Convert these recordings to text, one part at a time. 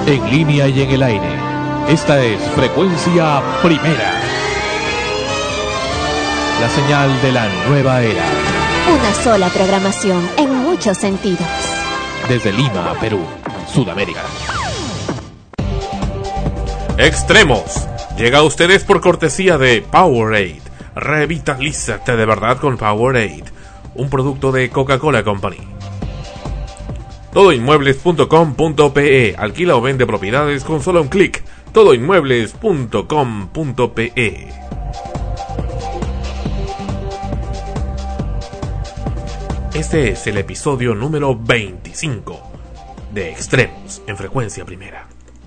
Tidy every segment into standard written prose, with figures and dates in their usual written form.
en línea y en el aire. Esta es Frecuencia Primera, la señal de la nueva era. Una sola programación en muchos sentidos. Desde Lima, Perú, Sudamérica. Extremos. Llega a ustedes por cortesía de Powerade. Revitalízate de verdad con Powerade, un producto de Coca-Cola Company. Todoinmuebles.com.pe. Alquila o vende propiedades con solo un clic. Todoinmuebles.com.pe. Este es el episodio número 25 de Extremos en Frecuencia Primera.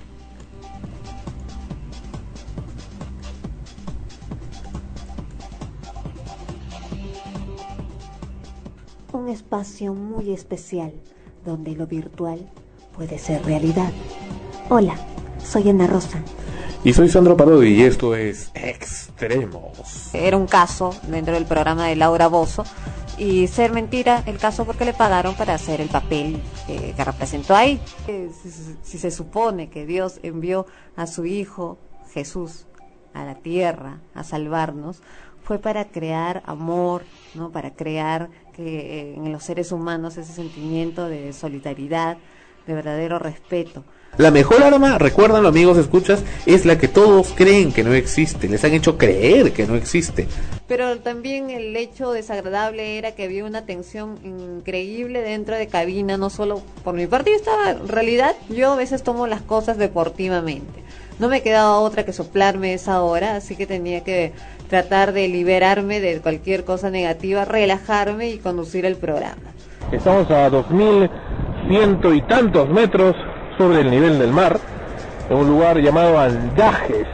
Un espacio muy especial donde lo virtual puede ser realidad. Hola, soy Ana Rosa. Y soy Sandro Parodi y esto es Extremos. Era un caso dentro del programa de Laura Bozzo y ser mentira el caso porque le pagaron para hacer el papel que representó ahí. Si se supone que Dios envió a su Hijo Jesús a la tierra a salvarnos, fue para crear amor, ¿no? Para crear que en los seres humanos ese sentimiento de solidaridad, de verdadero respeto. La mejor arma, recuérdanlo amigos, escuchas, es la que todos creen que no existe. Les han hecho creer que no existe. Pero también el hecho desagradable era que había una tensión increíble dentro de cabina, no solo por mi parte. En realidad yo a veces tomo las cosas deportivamente. No me quedaba otra que soplarme esa hora, así que tenía que tratar de liberarme de cualquier cosa negativa, relajarme y conducir el programa. Estamos a 2100 y tantos metros sobre el nivel del mar, en un lugar llamado Andajes.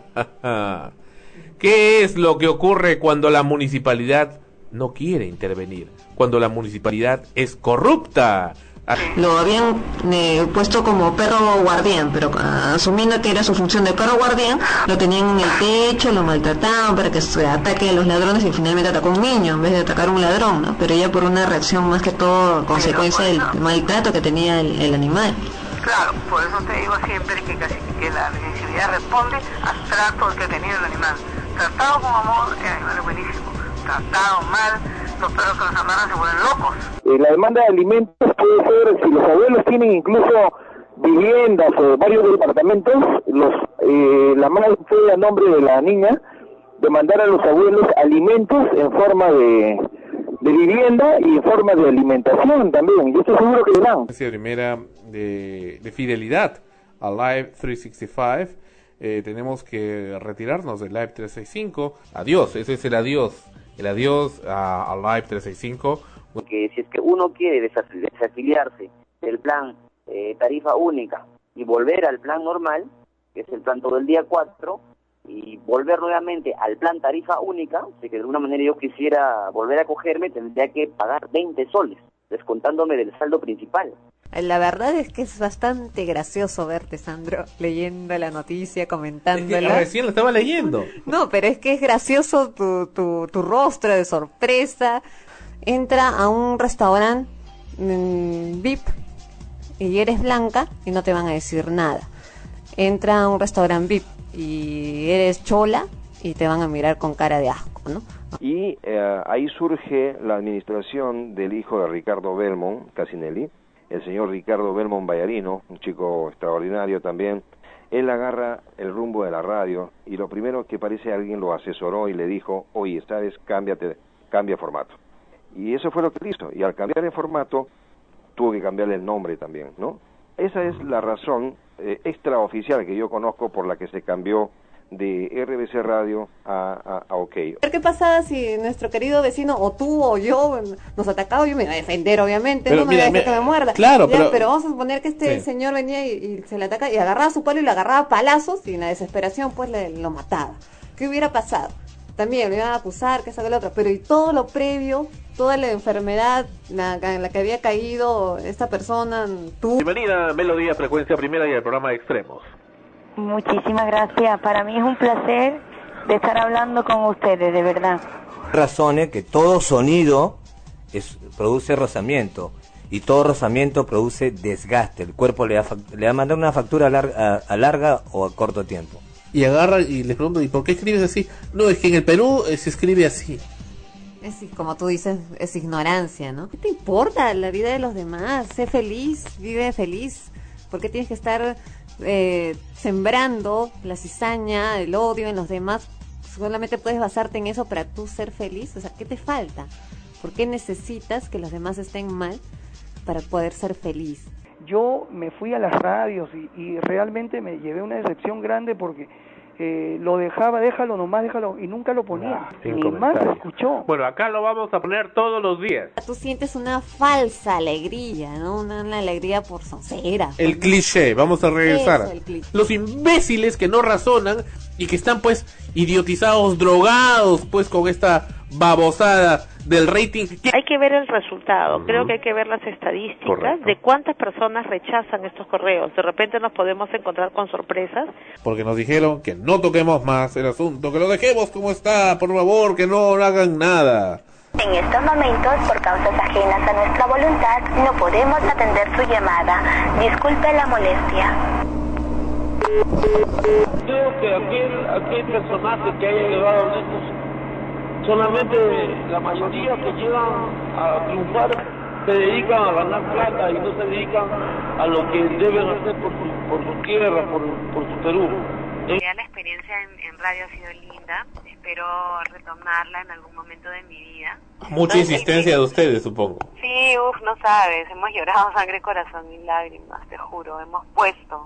¿Qué es lo que ocurre cuando la municipalidad no quiere intervenir? Cuando la municipalidad es corrupta. Lo habían puesto como perro guardián, pero asumiendo que era su función de perro guardián, lo tenían en el techo, lo maltrataban para que se ataque a los ladrones y finalmente atacó a un niño en vez de atacar a un ladrón, ¿no? Pero ya por una reacción más que todo consecuencia del maltrato que tenía el animal. Claro, por eso te digo siempre que la sensibilidad responde al trato que tenía el animal. Tratado con amor, el animal es buenísimo. Tratado mal, los perros que nos amarran se vuelven locos. La demanda de alimentos puede ser, si los abuelos tienen incluso viviendas o varios departamentos, la madre fue a nombre de la niña demandar a los abuelos alimentos en forma de vivienda y en forma de alimentación también. Yo estoy seguro que dirán. Primera de fidelidad a Live 365. Tenemos que retirarnos de Live 365. Adiós, ese es el adiós. El adiós a Live 365. Porque si es que uno quiere desafiliarse del plan tarifa única y volver al plan normal, que es el plan todo el día 4, y volver nuevamente al plan tarifa única, si que de alguna manera yo quisiera volver a cogerme, tendría que pagar 20 soles, descontándome del saldo principal. La verdad es que es bastante gracioso verte, Sandro, leyendo la noticia, comentándola. Es que recién lo estaba leyendo. No, pero es que es gracioso tu rostro de sorpresa. Entra a un restaurante VIP y eres blanca y no te van a decir nada. Entra a un restaurante VIP y eres chola y te van a mirar con cara de asco, ¿no? Y ahí surge la administración del hijo de Ricardo Belmont Casinelli, el señor Ricardo Belmont Ballarino, un chico extraordinario también. Él agarra el rumbo de la radio y lo primero que parece alguien lo asesoró y le dijo, oye, ¿sabes? Cambia formato. Y eso fue lo que hizo. Y al cambiar el formato, tuvo que cambiarle el nombre también, ¿no? Esa es la razón extraoficial que yo conozco por la que se cambió de RBC Radio a OK. ¿Qué pasaba si nuestro querido vecino, o tú o yo, nos atacaba? Yo me iba a defender, obviamente, pero no me iba a dejar que me muerda. Claro, ya, pero vamos a suponer que este señor venía y se le ataca y agarraba su palo y le agarraba a palazos y en la desesperación pues lo mataba. ¿Qué hubiera pasado? También le iban a acusar, que sabe el otro, pero y todo lo previo, toda la enfermedad en la que había caído esta persona, tú. Bienvenida, Melodía Frecuencia Primera y el programa de Extremos. Muchísimas gracias. Para mí es un placer de estar hablando con ustedes, de verdad. Razones que todo sonido produce rozamiento y todo rozamiento produce desgaste. El cuerpo le va a mandar una factura a larga o a corto tiempo. Y agarra y le pregunto, ¿y por qué escribes así? No, es que en el Perú se escribe así. Es, como tú dices, es ignorancia, ¿no? ¿Qué te importa la vida de los demás? Sé feliz, vive feliz. ¿Por qué tienes que estar sembrando la cizaña, el odio en los demás? Solamente puedes basarte en eso para tú ser feliz. O sea, ¿qué te falta? ¿Por qué necesitas que los demás estén mal para poder ser feliz? Yo me fui a las radios y realmente me llevé una decepción grande porque lo dejaba, déjalo, y nunca lo ponía, ni más se escuchó. Bueno, acá lo vamos a poner todos los días. Tú sientes una falsa alegría, ¿no? Una alegría por soncera. El cliché, vamos a regresar. Eso, el cliché. Los imbéciles que no razonan y que están pues idiotizados, drogados pues con esta babosada del rating. Hay que ver el resultado, creo que hay que ver las estadísticas de cuántas personas rechazan estos correos. De repente nos podemos encontrar con sorpresas. Porque nos dijeron que no toquemos más el asunto, que lo dejemos como está, por favor, que no hagan nada. En estos momentos, por causas ajenas a nuestra voluntad, no podemos atender su llamada. Disculpe la molestia. Creo que aquel personaje que haya llevado estos, solamente la mayoría que llegan a triunfar se dedican a ganar plata y no se dedican a lo que deben hacer por su tierra, por su Perú. La experiencia en radio ha sido linda, espero retomarla en algún momento de mi vida. Mucha insistencia de ustedes, supongo. Sí, no sabes, hemos llorado sangre, corazón y lágrimas, te juro, hemos puesto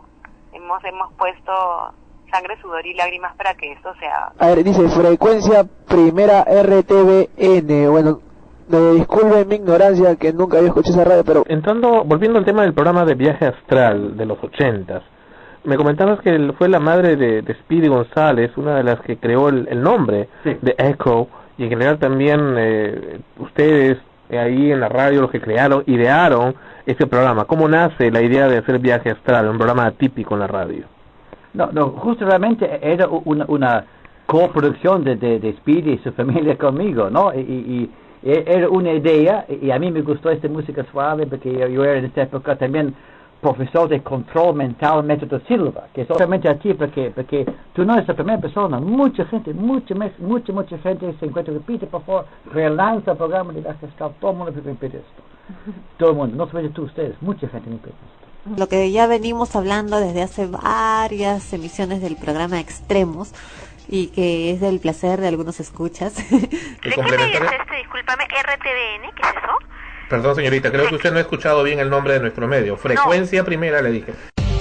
sangre, sudor y lágrimas para que esto sea. A ver, dice frecuencia primera RTVN. Bueno, disculpen mi ignorancia, que nunca había escuchado esa radio, pero volviendo al tema del programa de Viaje Astral de los 80s, me comentabas que fue la madre de Speedy González, una de las que creó el nombre de Echo, y en general también ustedes ahí en la radio, los que idearon este programa. ¿Cómo nace la idea de hacer Viaje Astral, un programa atípico en la radio? No, justo realmente era una coproducción de Speedy y su familia conmigo, ¿no? Y era una idea, y a mí me gustó esta música suave, porque yo era en esta época también profesor de control mental Método Silva, que es obviamente a ti, porque tú no eres la primera persona, mucha gente se encuentra, repite, por favor, relanza el programa de Viaje Astral, todo el mundo repite esto. Todo el mundo, no solamente tú, ustedes, mucha gente repite esto. Lo que ya venimos hablando desde hace varias emisiones del programa Extremos, y que es del placer de algunos escuchas. ¿De qué medio es discúlpame, RTVN? ¿Qué es eso? Perdón, señorita, creo que usted no ha escuchado bien el nombre de nuestro medio. Frecuencia Primera, le dije.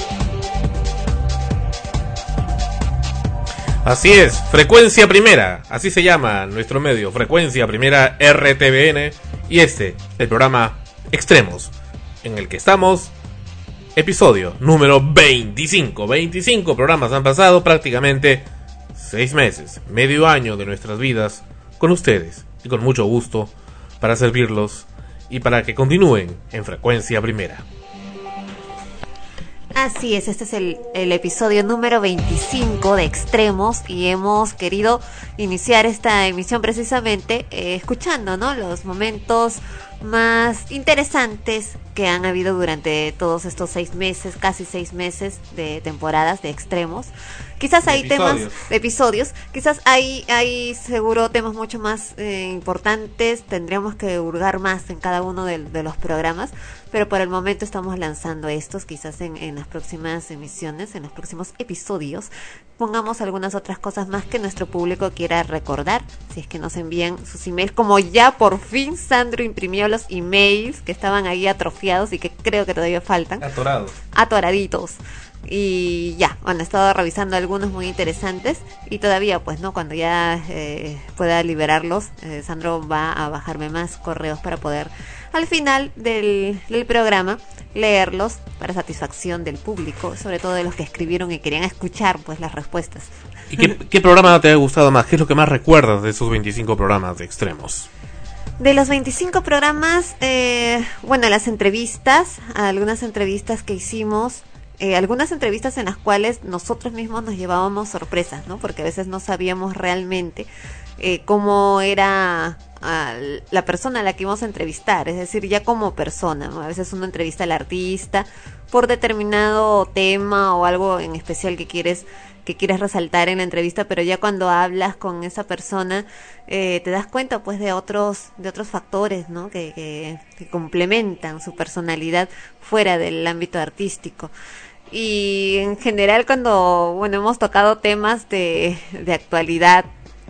Así es, Frecuencia Primera, así se llama nuestro medio, Frecuencia Primera RTVN, y el programa Extremos, en el que estamos, episodio número 25. 25 programas han pasado, prácticamente 6 meses, medio año de nuestras vidas con ustedes, y con mucho gusto para servirlos y para que continúen en Frecuencia Primera. Así es, este es el episodio número 25 de Extremos, y hemos querido iniciar esta emisión precisamente escuchando, ¿no?, los momentos más interesantes que han habido durante todos estos 6 meses, casi 6 meses de temporadas de Extremos. Quizás hay temas, episodios, quizás hay seguro temas mucho más importantes, tendríamos que hurgar más en cada uno de los programas, pero por el momento estamos lanzando estos, quizás en las próximas emisiones, en los próximos episodios, pongamos algunas otras cosas más que nuestro público quiera recordar, si es que nos envían sus emails, como ya por fin Sandro imprimió los emails que estaban ahí atrofiados y que creo que todavía faltan. Atoraditos. Y ya, bueno, he estado revisando algunos muy interesantes y todavía, pues, ¿no? Cuando ya pueda liberarlos, Sandro va a bajarme más correos para poder, al final del programa, leerlos para satisfacción del público, sobre todo de los que escribieron y querían escuchar, pues, las respuestas. ¿Y qué programa te ha gustado más? ¿Qué es lo que más recuerdas de esos 25 programas de Extremos? De los 25 programas, bueno, las entrevistas, algunas entrevistas que hicimos, algunas entrevistas en las cuales nosotros mismos nos llevábamos sorpresas, ¿no? Porque a veces no sabíamos realmente cómo era a la persona a la que íbamos a entrevistar, es decir, ya como persona, ¿no? A veces uno entrevista al artista por determinado tema o algo en especial que quieres resaltar en la entrevista, pero ya cuando hablas con esa persona te das cuenta pues de otros factores, ¿no? que complementan su personalidad fuera del ámbito artístico. Y en general cuando hemos tocado temas de actualidad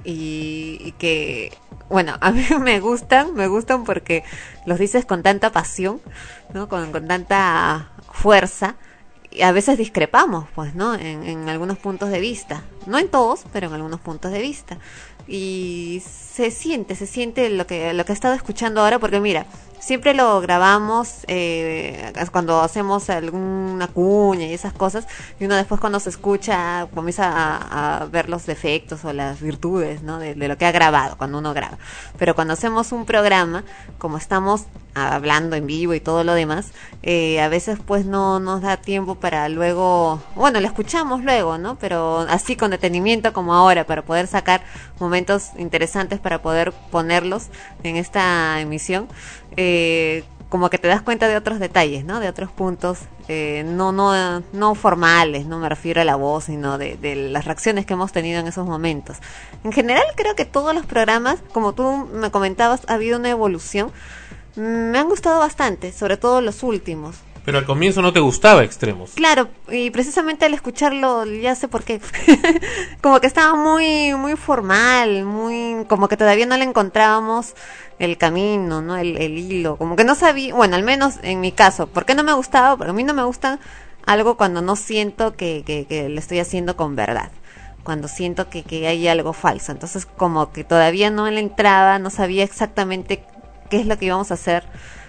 y que a mí me gustan porque los dices con tanta pasión, ¿no? Con tanta fuerza. Y a veces discrepamos, pues, ¿no? En algunos puntos de vista. No en todos, pero en algunos puntos de vista. Y se siente lo que he estado escuchando ahora, porque mira, siempre lo grabamos cuando hacemos alguna cuña y esas cosas, y uno después cuando se escucha comienza a ver los defectos o las virtudes, ¿no? de lo que ha grabado, cuando uno graba. Pero cuando hacemos un programa, como estamos hablando en vivo y todo lo demás, a veces pues no nos da tiempo para luego, lo escuchamos luego, ¿no? Pero así con detenimiento como ahora, para poder sacar momentos interesantes para poder ponerlos en esta emisión, como que te das cuenta de otros detalles, ¿no? De otros puntos, no formales, no me refiero a la voz, sino de las reacciones que hemos tenido en esos momentos. En general creo que todos los programas, como tú me comentabas, ha habido una evolución. Me han gustado bastante, sobre todo los últimos. Pero al comienzo no te gustaba Extremos. Claro, y precisamente al escucharlo ya sé por qué. Como que estaba muy muy formal, muy como que todavía no le encontrábamos el camino, ¿no? El hilo, como que no sabía, al menos en mi caso, ¿por qué no me gustaba? Porque a mí no me gusta algo cuando no siento que lo estoy haciendo con verdad, cuando siento que hay algo falso. Entonces como que todavía no le entraba, no sabía exactamente qué es lo que íbamos a hacer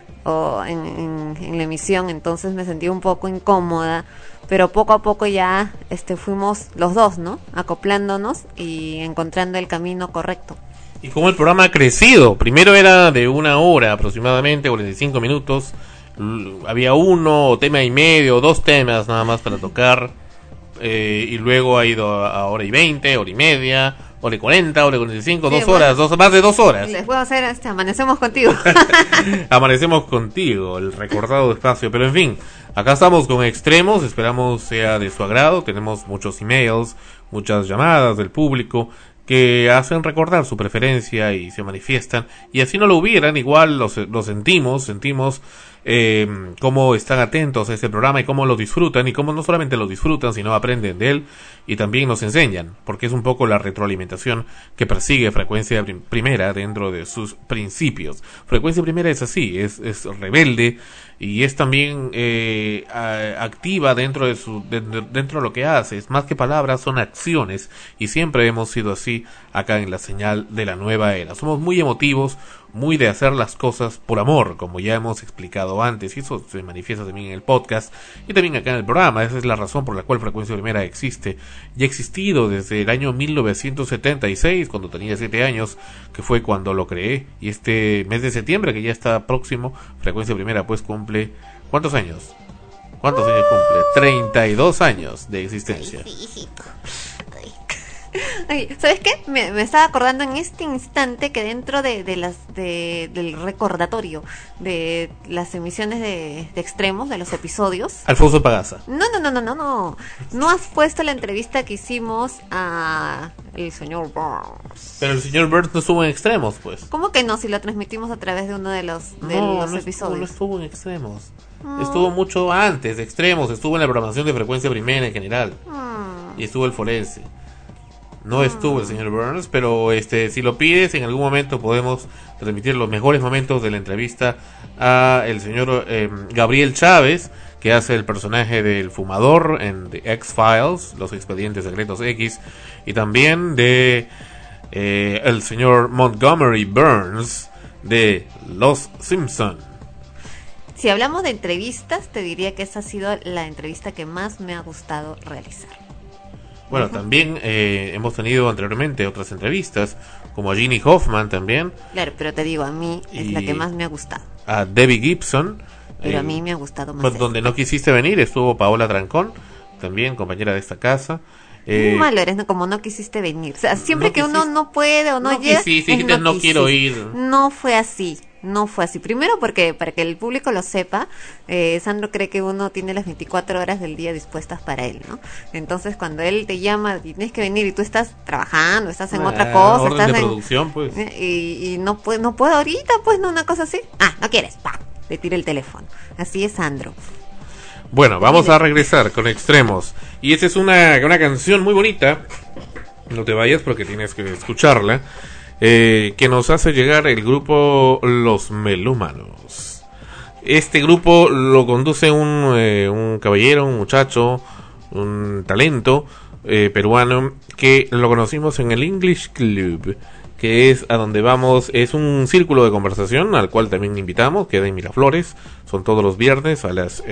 en la emisión, entonces me sentí un poco incómoda, pero poco a poco ya fuimos los dos, ¿no? Acoplándonos y encontrando el camino correcto. Y como el programa ha crecido, primero era de 1 hora aproximadamente, 45 minutos, había uno tema y medio, 2 temas nada más para tocar, y luego ha ido a 1:20, 1:30, 1:40, 1:45, 2 horas, más de 2 horas. Les puedo hacer Amanecemos Contigo. Amanecemos Contigo, el recordado espacio. Pero en fin, acá estamos con Extremos, esperamos sea de su agrado. Tenemos muchos emails, muchas llamadas del público que hacen recordar su preferencia y se manifiestan. Y así no lo hubieran, igual lo sentimos cómo están atentos a este programa y cómo lo disfrutan, y cómo no solamente lo disfrutan, sino aprenden de él y también nos enseñan, porque es un poco la retroalimentación que persigue Frecuencia Primera dentro de sus principios. Frecuencia Primera es así, es rebelde y es también activa dentro de lo que hace. Es más que palabras, son acciones, y siempre hemos sido así acá en la señal de la nueva era. Somos muy emotivos, muy de hacer las cosas por amor, como ya hemos explicado antes, y eso se manifiesta también en el podcast y también acá en el programa. Esa es la razón por la cual Frecuencia Primera existe, y ha existido desde el año 1976, cuando tenía 7 años, que fue cuando lo creé, y este mes de septiembre, que ya está próximo, Frecuencia Primera pues cumple, ¿cuántos años? ¿Cuántos años cumple? 32 años de existencia. Ay, ¿sabes qué? Me estaba acordando en este instante que dentro del recordatorio de las emisiones de Extremos, de los episodios, Alfonso Pagaza. No has puesto la entrevista que hicimos a el señor Burns. Pero el señor Burns no estuvo en Extremos, pues. ¿Cómo que no? Si lo transmitimos a través de uno de los episodios. No estuvo en Extremos. Estuvo mucho antes de Extremos, estuvo en la programación de Frecuencia Primera en general. Y estuvo el forense. No estuvo el señor Burns, pero si lo pides, en algún momento podemos transmitir los mejores momentos de la entrevista a el señor Gabriel Chávez, que hace el personaje del fumador en The X-Files, los expedientes secretos X, y también de el señor Montgomery Burns de Los Simpson. Si hablamos de entrevistas, te diría que esa ha sido la entrevista que más me ha gustado realizar. Bueno, también hemos tenido anteriormente otras entrevistas, como a Ginny Hoffman también. Claro, pero te digo, a mí es la que más me ha gustado. A Debbie Gibson. Pero a mí me ha gustado más. Pues donde no quisiste venir estuvo Paola Trancón, también compañera de esta casa. Muy malo eres, ¿no? Como no quisiste venir. O sea, siempre que uno no puede o no llega... no quiero ir. No fue así. No fue así. Primero porque, para que el público lo sepa, Sandro cree que uno tiene las 24 horas del día dispuestas para él, ¿no? Entonces, cuando él te llama y tienes que venir y tú estás trabajando, estás en otra cosa, orden estás de en producción, pues. Y no puedo ahorita, pues, no, una cosa así. No quieres, le tira el teléfono. Así es Sandro. Bueno, vamos a regresar con Extremos. Y esta es una canción muy bonita. No te vayas porque tienes que escucharla. Que nos hace llegar el grupo Los Melómanos. Este grupo lo conduce un caballero, un muchacho, un talento peruano que lo conocimos en el English Club, que es a donde vamos. Es un círculo de conversación al cual también invitamos, queda en Miraflores. Son todos los viernes a las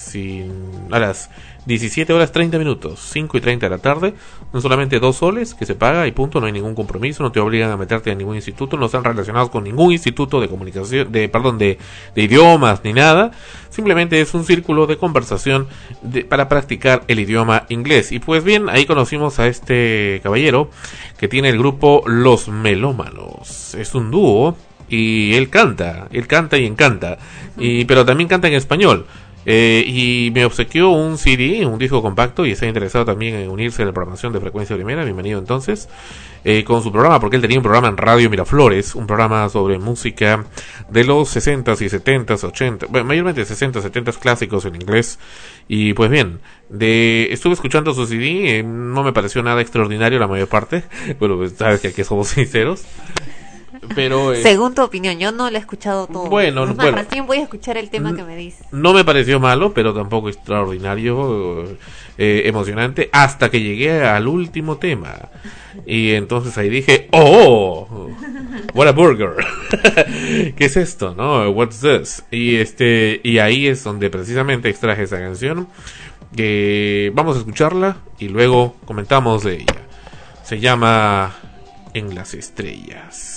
17 horas 30 minutos, 5 y 30 de la tarde. Son solamente 2 soles que se paga y punto, no hay ningún compromiso, no te obligan a meterte en ningún instituto, no están relacionados con ningún instituto de comunicación, de idiomas ni nada. Simplemente es un círculo de conversación para practicar el idioma inglés. Y pues bien, ahí conocimos a este caballero que tiene el grupo Los Melómanos. Es un dúo y él canta y encanta, pero también canta en español. Y me obsequió un CD, un disco compacto, y está interesado también en unirse a la programación de Frecuencia Primera. Bienvenido entonces con su programa, porque él tenía un programa en Radio Miraflores, un programa sobre música de los 60s y 70s, 80s, bueno, mayormente 60s, 70s clásicos en inglés. Y pues bien, estuve escuchando su CD, no me pareció nada extraordinario la mayor parte, bueno, pues sabes que aquí somos sinceros. Pero según tu opinión, yo no lo he escuchado todo. Bueno, recién voy a escuchar el tema que me dices. No me pareció malo, pero tampoco extraordinario, emocionante, hasta que llegué al último tema. Y entonces ahí dije, ¡oh! What a burger. ¿Qué es esto? ¿No? What's this? Y ahí es donde precisamente extraje esa canción. Vamos a escucharla y luego comentamos de ella. Se llama En las estrellas.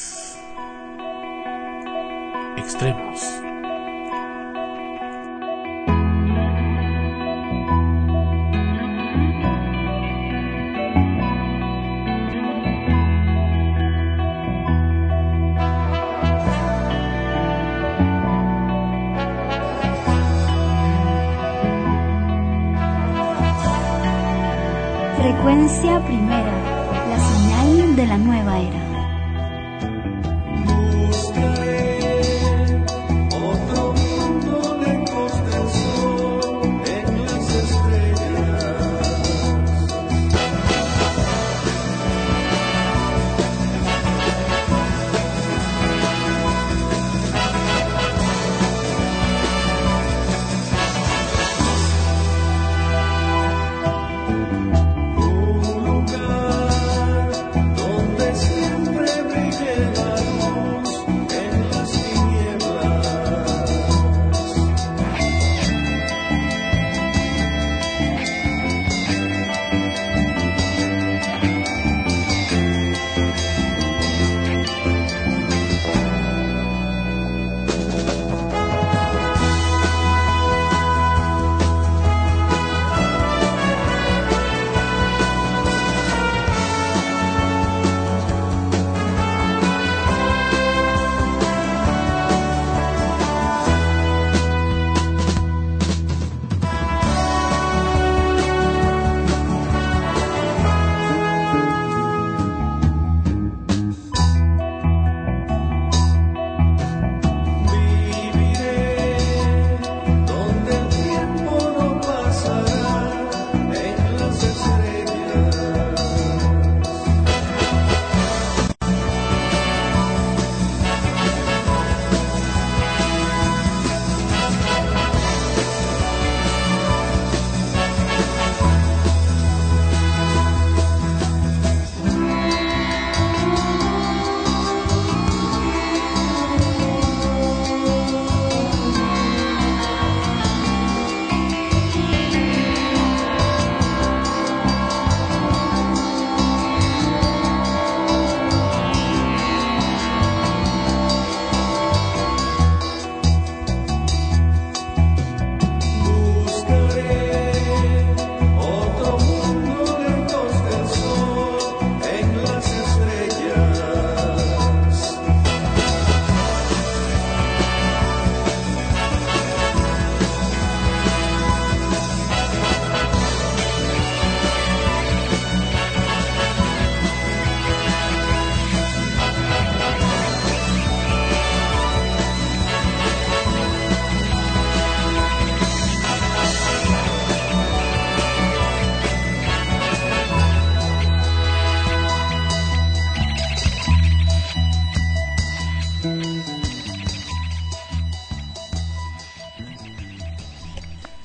Extremos. Frecuencia Primera, la señal de la nueva era. Donde siempre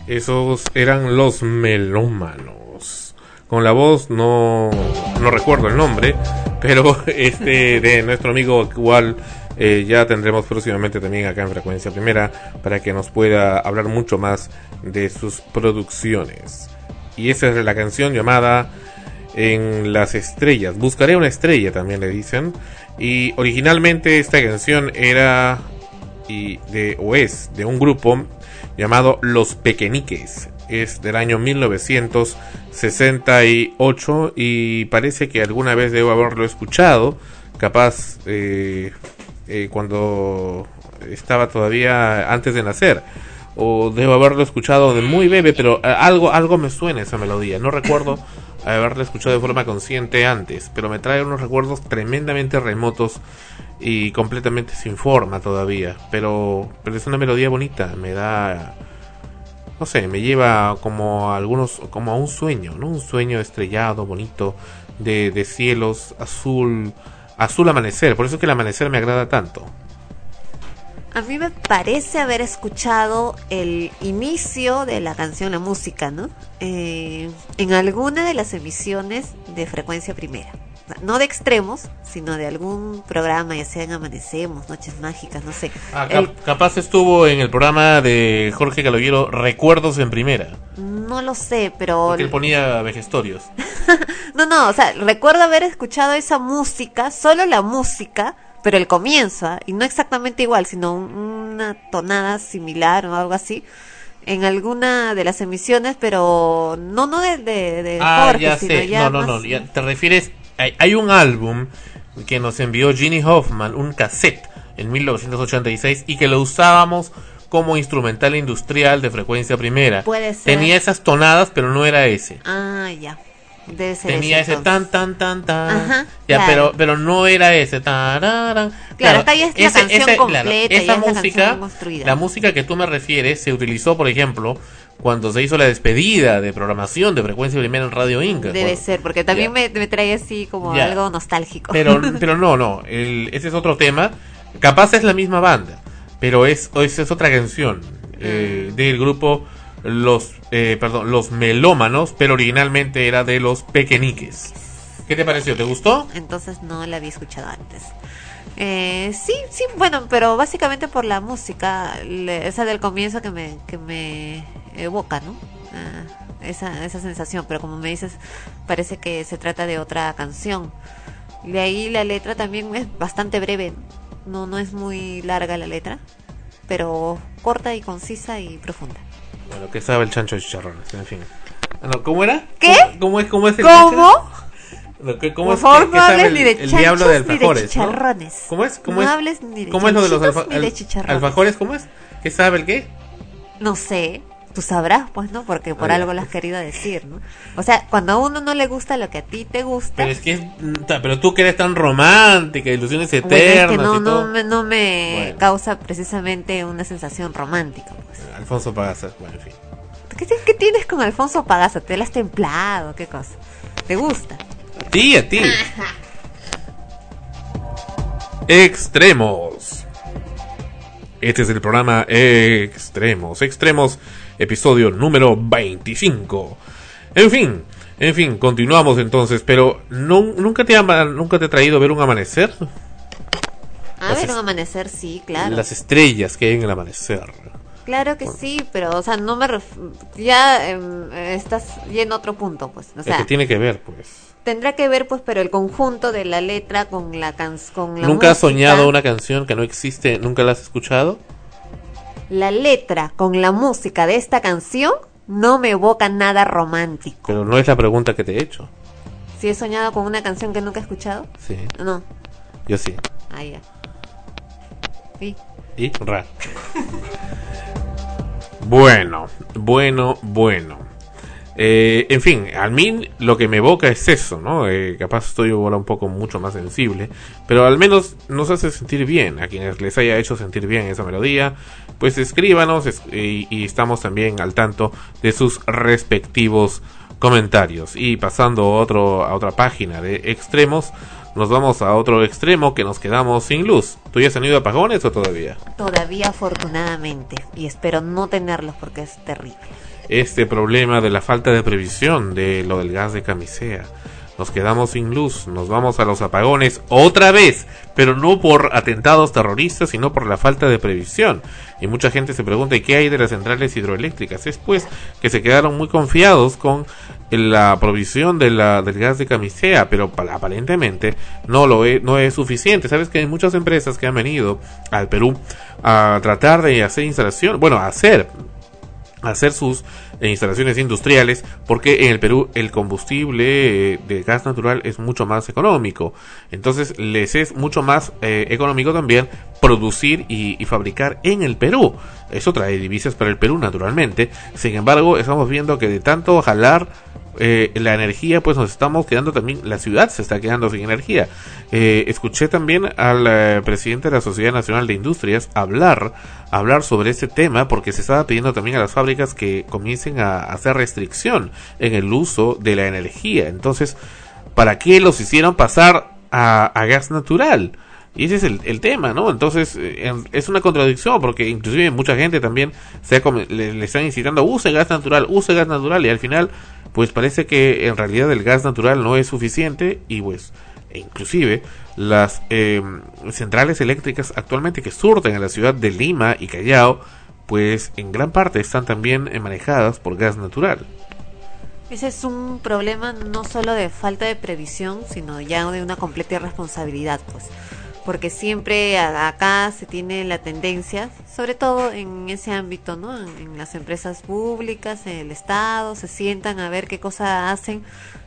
Esos eran los Melómanos. Con la voz no recuerdo el nombre, pero de nuestro amigo actual. Ya tendremos próximamente también acá en Frecuencia Primera para que nos pueda hablar mucho más de sus producciones. Y esa es la canción llamada En las estrellas. Buscaré una estrella, también le dicen. Y originalmente esta canción era de un grupo llamado Los Pequeñiques. Es del año 1968 y parece que alguna vez debo haberlo escuchado. Capaz cuando estaba todavía antes de nacer, o debo haberlo escuchado de muy bebé, pero algo me suena esa melodía. No recuerdo haberla escuchado de forma consciente antes, pero me trae unos recuerdos tremendamente remotos y completamente sin forma todavía, pero es una melodía bonita. Me da, no sé, me lleva como a un sueño, ¿no? Un sueño estrellado, bonito, de cielos azul amanecer. Por eso es que el amanecer me agrada tanto. A mí me parece haber escuchado el inicio de la canción, la música, ¿no? En alguna de las emisiones de Frecuencia Primera. No de Extremos, sino de algún programa, ya sea en Amanecemos, Noches Mágicas, no sé. Capaz estuvo en el programa de Jorge Caloguero, Recuerdos en Primera. No lo sé, pero... Porque él ponía vejestorios. No, o sea, recuerdo haber escuchado esa música, solo la música, pero el comienzo, y no exactamente igual, sino una tonada similar o algo así, en alguna de las emisiones, pero no de Jorge, ya sino sé. ya No, ya te refieres... Hay un álbum que nos envió Ginny Hoffman, un cassette, en 1986, y que lo usábamos como instrumental industrial de Frecuencia Primera. Puede ser. Tenía esas tonadas, pero no era ese. Ah, ya. Debe ser tenía ese entonces. tan. Ajá, Ya, claro. pero no era ese. Claro, acá ya es la canción completa, esa ya es la música, canción construida. la música que tú me refieres se utilizó, por ejemplo, cuando se hizo la despedida de programación de Frecuencia Primera en Radio Inca. Debe ser, porque también me trae así como algo nostálgico. Pero no, ese es otro tema. Capaz es la misma banda, pero es otra canción del grupo Los Melómanos, pero originalmente era de Los Pequeñiques. ¿Qué te pareció? ¿Te gustó? Entonces no la había escuchado antes. Sí, bueno, pero básicamente por la música, esa del comienzo que me evoca, ¿no? Esa sensación, pero como me dices, parece que se trata de otra canción. De ahí la letra también es bastante breve, no es muy larga la letra, pero corta y concisa y profunda. Bueno, que sabe el chancho de chicharrones, en fin. ¿Cómo era? ¿Qué? ¿Cómo es el ¿Cómo? ¿Cómo Por favor, no hables ni de el diablo de alfajores, ni de chicharrones. ¿no? ¿Cómo es? No hables ni de ¿Cómo es lo de los chicharrones? alfajores? ¿Cómo es? ¿Qué sabe el qué? No sé, tú sabrás, pues, ¿no? Porque por algo lo has querido decir, ¿no? O sea, cuando a uno no le gusta lo que a ti te gusta... Pero es que pero tú que eres tan romántica, ilusiones eternas, bueno, es que y todo. no me causa precisamente una sensación romántica, pues. Alfonso Pagasa, bueno, en fin. ¿Qué tienes con Alfonso Pagasa? ¿Te la has templado? ¿Qué cosa? ¿Te gusta? A ti. Extremos. Este es el programa Extremos, episodio número 25. En fin, continuamos entonces, pero ¿nunca te he traído a ver un amanecer? Ver un amanecer, sí, claro. Las estrellas que hay en el amanecer. Claro que sí, pero, o sea, no me ya estás yendo a otro punto, pues. O sea, ¿qué tiene que ver, pues? Tendrá que ver, pues, pero el conjunto de la letra con la música. ¿Nunca has soñado una canción que no existe? ¿Nunca la has escuchado? La letra con la música de esta canción no me evoca nada romántico. Pero no es la pregunta que te he hecho. ¿Si he soñado con una canción que nunca he escuchado? Sí. No. Yo sí. Ah, ya. ¿Y? Ra. Bueno. En fin, a mí lo que me evoca es eso, ¿no? Capaz estoy ahora un poco mucho más sensible, pero al menos nos hace sentir bien. A quienes les haya hecho sentir bien esa melodía, pues escríbanos y estamos también al tanto de sus respectivos comentarios. Y pasando a otra página de extremos, nos vamos a otro extremo que nos quedamos sin luz. ¿Tú ya has tenido apagones o todavía? Todavía, afortunadamente, y espero no tenerlos porque es terrible. este problema de la falta de previsión de lo del gas de camisea. Nos quedamos sin luz, nos vamos a los apagones otra vez, pero no por atentados terroristas, sino por la falta de previsión. Y mucha gente se pregunta, ¿y qué hay de las centrales hidroeléctricas? Es pues que se quedaron muy confiados con la provisión del gas de camisea, pero aparentemente no es suficiente. Sabes que hay muchas empresas que han venido al Perú a tratar de hacer instalación, bueno, hacer sus instalaciones industriales, porque en el Perú el combustible de gas natural es mucho más económico. Entonces les es mucho más económico también producir y fabricar en el Perú. Eso trae divisas para el Perú, naturalmente. Sin embargo, estamos viendo que de tanto jalar la energía, pues nos estamos quedando también, la ciudad se está quedando sin energía. Escuché también al presidente de la Sociedad Nacional de Industrias hablar sobre este tema, porque se estaba pidiendo también a las fábricas que comiencen a hacer restricción en el uso de la energía. Entonces, ¿para qué los hicieron pasar a gas natural? Y ese es el tema, ¿no? Entonces, es una contradicción, porque inclusive mucha gente también le están incitando, use gas natural, y al final, pues parece que en realidad el gas natural no es suficiente, y pues, inclusive, las centrales eléctricas actualmente que surten a la ciudad de Lima y Callao, pues en gran parte están también manejadas por gas natural. Ese es un problema no solo de falta de previsión, sino ya de una completa irresponsabilidad, pues. Porque siempre acá se tiene la tendencia, sobre todo en ese ámbito, ¿no? En las empresas públicas, en el Estado, se sientan a ver qué cosa hacen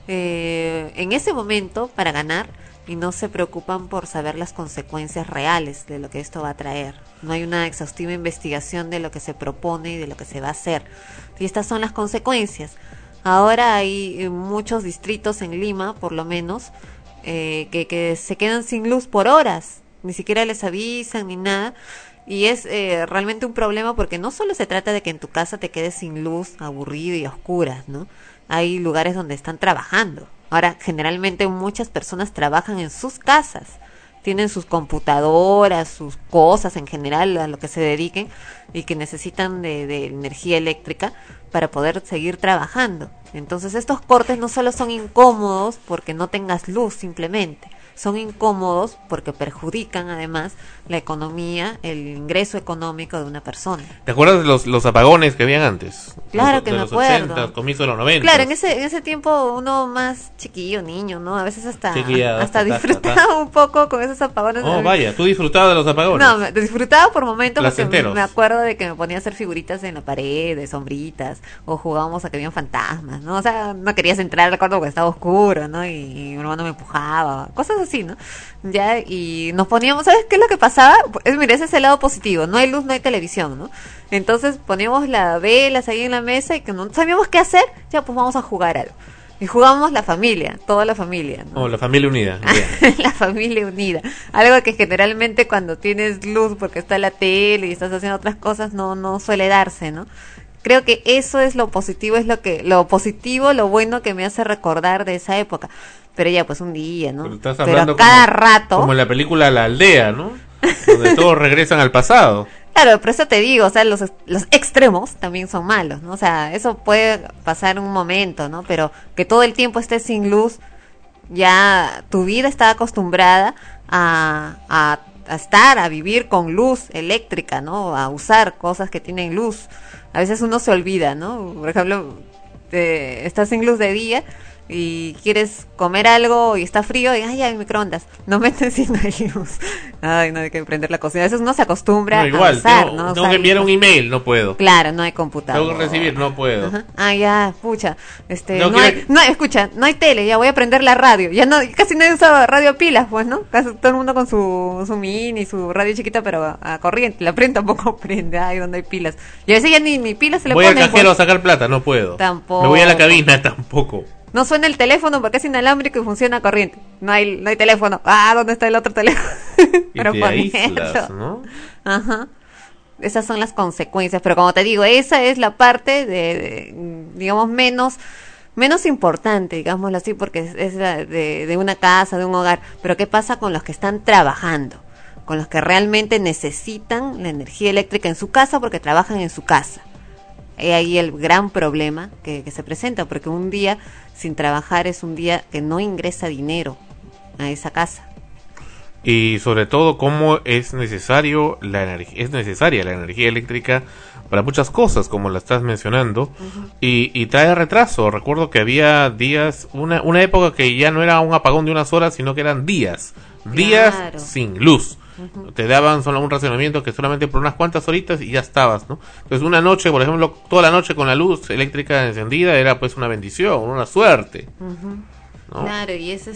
en ese momento para ganar, y no se preocupan por saber las consecuencias reales de lo que esto va a traer. No hay una exhaustiva investigación de lo que se propone y de lo que se va a hacer. Y estas son las consecuencias. Ahora hay muchos distritos en Lima, por lo menos, que se quedan sin luz por horas, ni siquiera les avisan ni nada, y es realmente un problema, porque no solo se trata de que en tu casa te quedes sin luz, aburrido y oscuras, ¿no? Hay lugares donde están trabajando. Ahora, generalmente muchas personas trabajan en sus casas, tienen sus computadoras, sus cosas en general a lo que se dediquen, y que necesitan de energía eléctrica para poder seguir trabajando. Entonces estos cortes no solo son incómodos porque no tengas luz, simplemente son incómodos porque perjudican además la economía, el ingreso económico de una persona. ¿Te acuerdas de los apagones que habían antes? Claro que me acuerdo. Los 80, comienzo de los 90. Claro, en ese tiempo uno más chiquillo, niño, ¿no? A veces hasta disfrutaba un poco con esos apagones. Oh, vaya, ¿tú disfrutabas de los apagones? No, disfrutaba por momentos, porque me acuerdo de que me ponía a hacer figuritas en la pared, de sombritas, o jugábamos a que habían fantasmas, ¿no? O sea, no querías entrar, recuerdo, porque estaba oscuro, ¿no? Y mi hermano me empujaba, cosas así, ¿no? Ya, y nos poníamos, ¿sabes qué es lo que pasaba? Mira, ese es el lado positivo, no hay luz, no hay televisión, ¿no? Entonces poníamos las velas ahí en la mesa, y que no sabíamos qué hacer, ya pues vamos a jugar algo. Y jugamos la familia, toda la familia, ¿no? Oh, la familia unida. La familia unida. Algo que generalmente cuando tienes luz porque está la tele y estás haciendo otras cosas no suele darse, ¿no? Creo que eso es lo positivo, lo bueno que me hace recordar de esa época. Pero ya pues un día, ¿no? Pero cada rato. Como en la película La Aldea, ¿no? Donde todos regresan al pasado. Claro, pero eso te digo, o sea, los extremos también son malos, ¿no? O sea, eso puede pasar un momento, ¿no? Pero que todo el tiempo estés sin luz, ya tu vida está acostumbrada a vivir con luz eléctrica, ¿no? A usar cosas que tienen luz. A veces uno se olvida, ¿no? Por ejemplo, estás sin luz de día y quieres comer algo y está frío y hay microondas, no metes si no hay luz, no hay que prender la cocina. A veces uno se acostumbra a usar, ¿no? Tengo que enviar un email, no puedo. Claro, no hay computador. Tengo que recibir, no puedo. Ajá. Ya, pucha, no hay tele, ya voy a prender la radio. Ya no, casi nadie usa radio a pilas, pues, ¿no? Casi todo el mundo con su mini, su radio chiquita, pero a corriente. La prende tampoco prende, donde hay pilas. Y a veces ya ni pilas se le ponen. Voy al cajero a sacar plata, no puedo. Tampoco. Me voy a la cabina, tampoco. No suena el teléfono porque es inalámbrico y funciona a corriente. No hay teléfono. ¿Dónde está el otro teléfono? Pero te aíslas, ¿no? Ajá. Esas son las consecuencias. Pero como te digo, esa es la parte digamos, menos importante, digámoslo así, porque es de una casa, de un hogar. Pero ¿qué pasa con los que están trabajando? Con los que realmente necesitan la energía eléctrica en su casa porque trabajan en su casa. ahí el gran problema que se presenta, porque un día sin trabajar es un día que no ingresa dinero a esa casa. Y sobre todo cómo es necesaria la energía eléctrica para muchas cosas, como la estás mencionando, y trae retraso. Recuerdo que había días, una época que ya no era un apagón de unas horas, sino que eran días sin luz. Te daban solo un racionamiento que solamente por unas cuantas horitas y ya estabas, ¿no? Entonces una noche, por ejemplo, toda la noche con la luz eléctrica encendida era pues una bendición, una suerte. ¿No? Claro, y es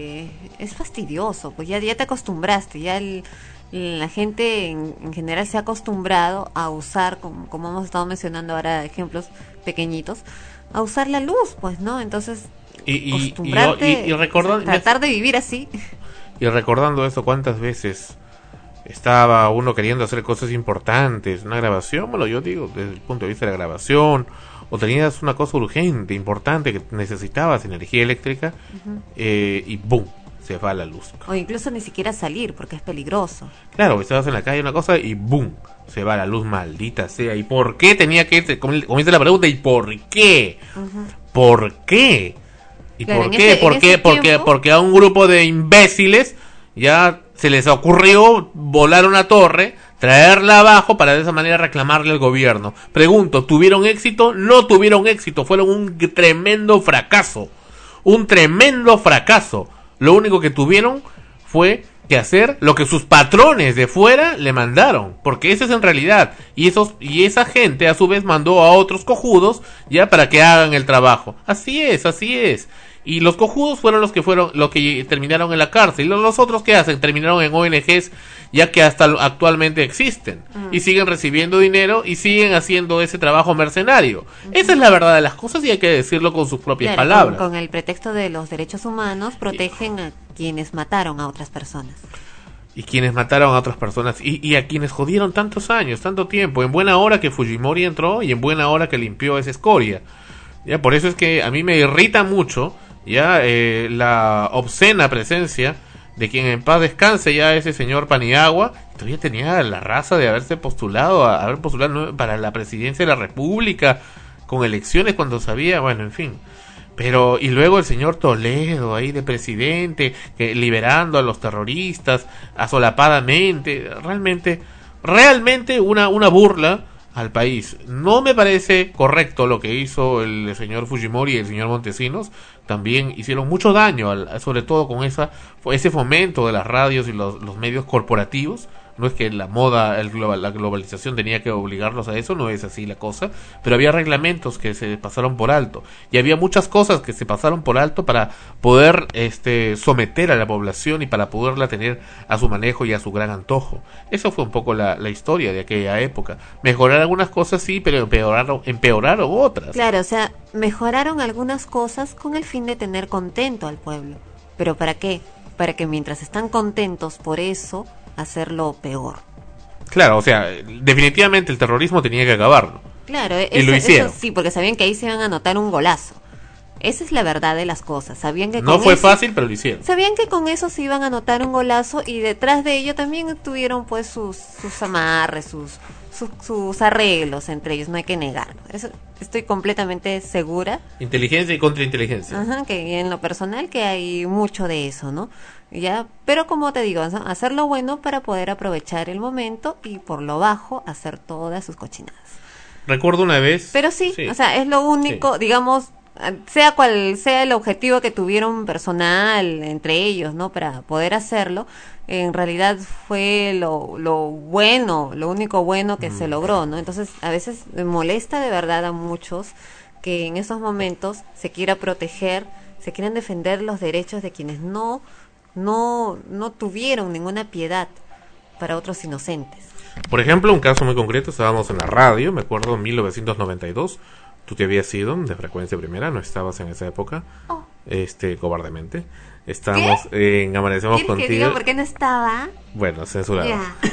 fastidioso, pues ya te acostumbraste, ya la gente en general se ha acostumbrado a usar, como hemos estado mencionando ahora, ejemplos pequeñitos, a usar la luz, pues, ¿no? Entonces, acostumbrarte, tratar de vivir así. Y recordando eso, ¿cuántas veces estaba uno queriendo hacer cosas importantes? Una grabación, bueno, yo digo, desde el punto de vista de la grabación, o tenías una cosa urgente, importante, que necesitabas energía eléctrica, y ¡boom!, se va la luz. O incluso ni siquiera salir, porque es peligroso. Claro, estabas en la calle una cosa y ¡boom!, se va la luz, maldita sea. ¿Y por qué tenía que irse? Comienza la pregunta, ¿y por qué? ¿Por qué? ¿Y claro, por qué? Porque a un grupo de imbéciles ya se les ocurrió volar una torre, traerla abajo para de esa manera reclamarle al gobierno. Pregunto, ¿tuvieron éxito? No tuvieron éxito, fueron un tremendo fracaso. Un tremendo fracaso. Lo único que tuvieron fue que hacer lo que sus patrones de fuera le mandaron, porque eso es en realidad, y esa gente a su vez mandó a otros cojudos ya para que hagan el trabajo. Así es. Y los cojudos fueron los que terminaron en la cárcel. Y los otros que hacen terminaron en ONGs, ya que hasta actualmente existen y siguen recibiendo dinero y siguen haciendo ese trabajo mercenario. Esa es la verdad de las cosas y hay que decirlo con sus propias palabras. Con el pretexto de los derechos humanos protegen a quienes mataron a otras personas. Y quienes mataron a otras personas y a quienes jodieron tantos años, tanto tiempo, en buena hora que Fujimori entró y en buena hora que limpió esa escoria. Ya, por eso es que a mí me irrita mucho ya la obscena presencia de quien en paz descanse ya ese señor Paniagua. Todavía tenía la raza de haber postulado para la presidencia de la República con elecciones cuando sabía, bueno, en fin. Pero, y luego el señor Toledo ahí de presidente, liberando a los terroristas asolapadamente. Realmente una burla al país. No me parece correcto lo que hizo el señor Fujimori y el señor Montesinos. También hicieron mucho daño, sobre todo con ese fomento de las radios y los medios corporativos. No es que la globalización tenía que obligarlos a eso, no es así la cosa, pero había reglamentos que se pasaron por alto y había muchas cosas que se pasaron por alto para poder someter a la población y para poderla tener a su manejo y a su gran antojo. Eso fue un poco la historia de aquella época. Mejorar algunas cosas sí, pero empeoraron otras. Claro, o sea, mejoraron algunas cosas con el fin de tener contento al pueblo. ¿Pero para qué? Para que mientras están contentos por eso, hacerlo peor. Claro, o sea, definitivamente el terrorismo tenía que acabarlo. Claro, y lo hicieron. Eso sí, porque sabían que ahí se iban a anotar un golazo. Esa es la verdad de las cosas. Sabían que no fue fácil, pero lo hicieron. Sabían que con eso se iban a anotar un golazo y detrás de ello también tuvieron pues sus amarres, sus arreglos entre ellos, no hay que negarlo. Eso estoy completamente segura. Inteligencia y contrainteligencia. Ajá, que en lo personal que hay mucho de eso, ¿no? Ya, pero como te digo, hacer lo bueno para poder aprovechar el momento y por lo bajo hacer todas sus cochinadas. Recuerdo una vez. Pero sí. O sea, es lo único, digamos, sea cual sea el objetivo que tuvieron personal entre ellos, ¿no? Para poder hacerlo, en realidad fue lo bueno, lo único bueno que se logró, ¿no? Entonces, a veces molesta de verdad a muchos que en esos momentos se quiera proteger, se quieran defender los derechos de quienes no tuvieron ninguna piedad para otros inocentes. Por ejemplo, un caso muy concreto, estábamos en la radio, me acuerdo, en 1992. Tú te habías ido de Frecuencia Primera, no estabas en esa época, cobardemente. Estamos en Amanecemos Contigo. ¿Qué digo por qué no estaba? Bueno, censurado.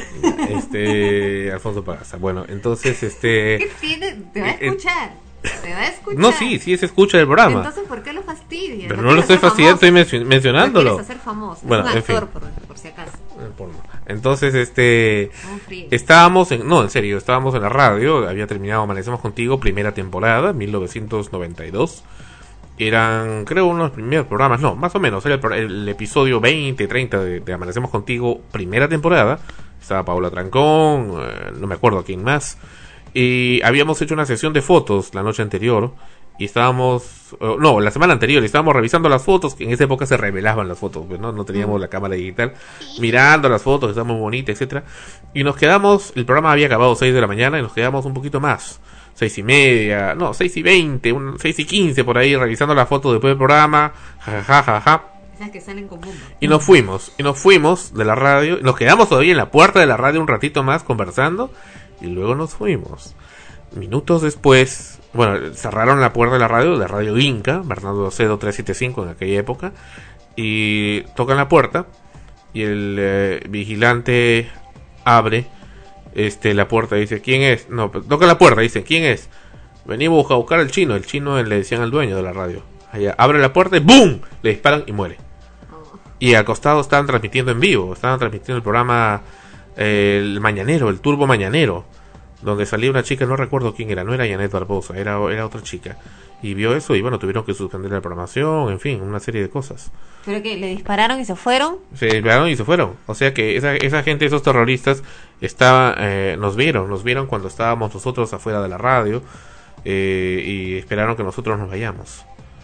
Alfonso Pagaza. Bueno, entonces, ¿Qué tiene? Te va a escuchar. ¿Te va a escuchar? No, sí se escucha el programa. Entonces, ¿por qué lo fastidias? Pero no lo estoy fastidiando, estoy mencionándolo. No quieres hacer famoso. Bueno, es un actor, en fin. por si acaso. Entonces, estábamos en serio, estábamos en la radio, había terminado Amanecemos Contigo, primera temporada, 1992. Eran, creo, uno de los primeros programas, no, más o menos, era el episodio 20, 30 de Amanecemos Contigo, primera temporada. Estaba Paula Trancón, no me acuerdo quién más. Y habíamos hecho una sesión de fotos la noche anterior. Y la semana anterior, y estábamos revisando las fotos, que en esa época se revelaban las fotos, pues, no teníamos la cámara digital, mirando las fotos, que estaban muy bonitas, etcétera. Y nos quedamos, el programa había acabado 6 de la mañana, y nos quedamos un poquito más, 6:30, 6:20, 6:15 por ahí, revisando las fotos después del programa, jajajaja. Esas que salen con bomba. Y nos fuimos de la radio, nos quedamos todavía en la puerta de la radio un ratito más conversando, y luego nos fuimos. Minutos después, cerraron la puerta de la radio Inca, Bernardo Acedo 375 en aquella época, y tocan la puerta, y el vigilante abre la puerta y dice, ¿quién es? No, toca la puerta y dice, ¿quién es? Venimos a buscar al chino. El chino le decían al dueño de la radio. Allá, abre la puerta y ¡boom! Le disparan y muere. Y al costado estaban transmitiendo en vivo, estaban transmitiendo el programa el mañanero, el turbo mañanero, donde salía una chica, no recuerdo quién era, no era Janet Barbosa, era otra chica. Y vio eso y tuvieron que suspender la programación, en fin, una serie de cosas. ¿Pero que le dispararon y se fueron? Se dispararon y se fueron. O sea que esa gente, esos terroristas, nos vieron cuando estábamos nosotros afuera de la radio, y esperaron que nosotros nos vayamos.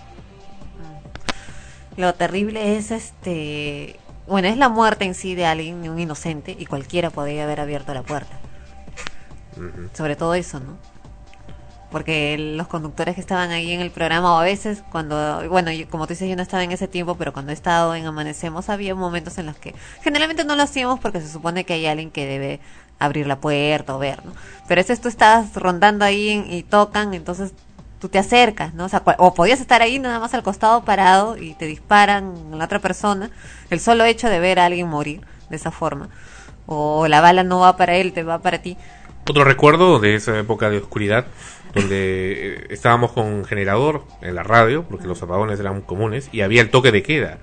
Lo terrible es es la muerte en sí de alguien, de un inocente, y cualquiera podría haber abierto la puerta. Uh-huh. Sobre todo eso, ¿no? Porque los conductores que estaban ahí en el programa, o a veces cuando, como tú dices, yo no estaba en ese tiempo, pero cuando he estado en Amanecemos había momentos en los que generalmente no lo hacíamos porque se supone que hay alguien que debe abrir la puerta o ver, ¿no? Pero ese tú estabas rondando ahí y tocan, entonces tú te acercas, ¿no? O podías estar ahí nada más al costado parado y te disparan a la otra persona. El solo hecho de ver a alguien morir de esa forma, o la bala no va para él, te va para ti. Otro recuerdo de esa época de oscuridad, donde estábamos con generador en la radio, porque los apagones eran comunes, y había el toque de queda.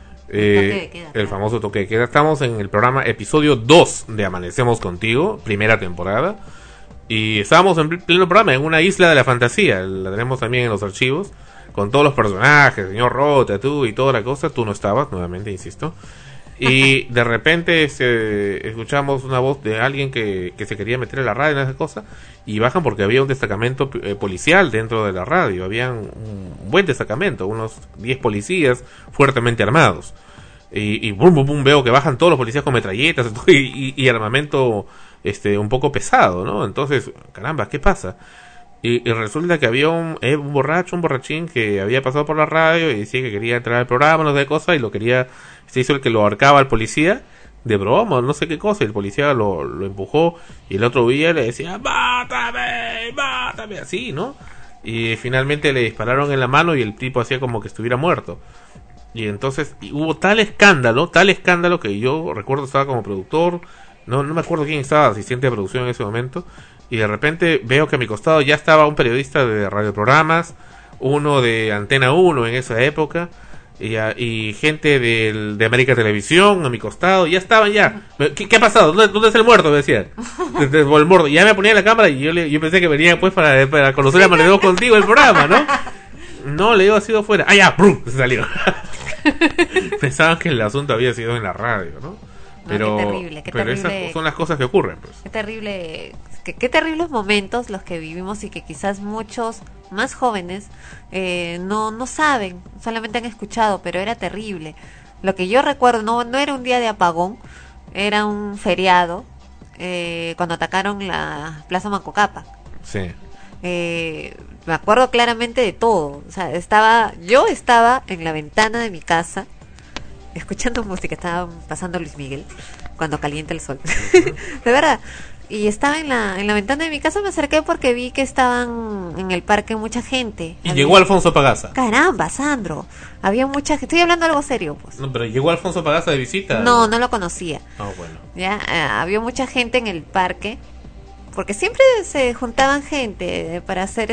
El famoso toque de queda. Estamos en el programa episodio 2 de Amanecemos Contigo, primera temporada, y estábamos en pleno programa, en una isla de la fantasía, la tenemos también en los archivos, con todos los personajes, señor Rota, tú y toda la cosa. Tú no estabas, nuevamente insisto. Y de repente escuchamos una voz de alguien que se quería meter en la radio en esa cosa, y bajan porque había un destacamento policial dentro de la radio. Había un buen destacamento, unos 10 policías fuertemente armados, y bum bum bum, veo que bajan todos los policías con metralletas y armamento un poco pesado, ¿no? Entonces, caramba, ¿qué pasa? Y resulta que había un borrachín que había pasado por la radio y decía que quería entrar al programa, no sé qué cosa, y se hizo el que lo ahorcaba al policía, de broma, no sé qué cosa, y el policía lo empujó, y el otro día le decía, mátame, así, ¿no? Y finalmente le dispararon en la mano y el tipo hacía como que estuviera muerto. Y entonces hubo tal escándalo que yo recuerdo, estaba como productor, no me acuerdo quién estaba, asistente de producción en ese momento, y de repente veo que a mi costado ya estaba un periodista de radioprogramas, uno de Antena 1 en esa época, y gente de América Televisión a mi costado. Ya estaban ya. ¿Qué ha pasado? ¿Dónde está el muerto? Me decían. El muerto. Y ya me ponía en la cámara y yo pensé que venía pues para conocer a Amanecemos Contigo el programa, ¿no? No, le digo, ha sido fuera. Ya, ¡brum! Se salió. Pensaban que el asunto había sido en la radio, ¿no? Pero, qué terrible, pero esas son las cosas que ocurren, pues. Qué terrible, qué terribles momentos los que vivimos, y que quizás muchos más jóvenes no saben, solamente han escuchado, pero era terrible. Lo que yo recuerdo, no era un día de apagón, era un feriado, cuando atacaron la Plaza Mancocapa. Sí. Me acuerdo claramente de todo. O sea, yo estaba en la ventana de mi casa escuchando música, estaba pasando Luis Miguel, Cuando calienta el sol. De verdad. Y estaba en la ventana de mi casa, me acerqué porque vi que estaban en el parque mucha gente. Y llegó Alfonso Pagasa. Caramba, Sandro. Había mucha gente. Estoy hablando algo serio, pues. No, pero llegó Alfonso Pagasa de visita. No lo conocía. Bueno. Ya, había mucha gente en el parque, porque siempre se juntaban gente para hacer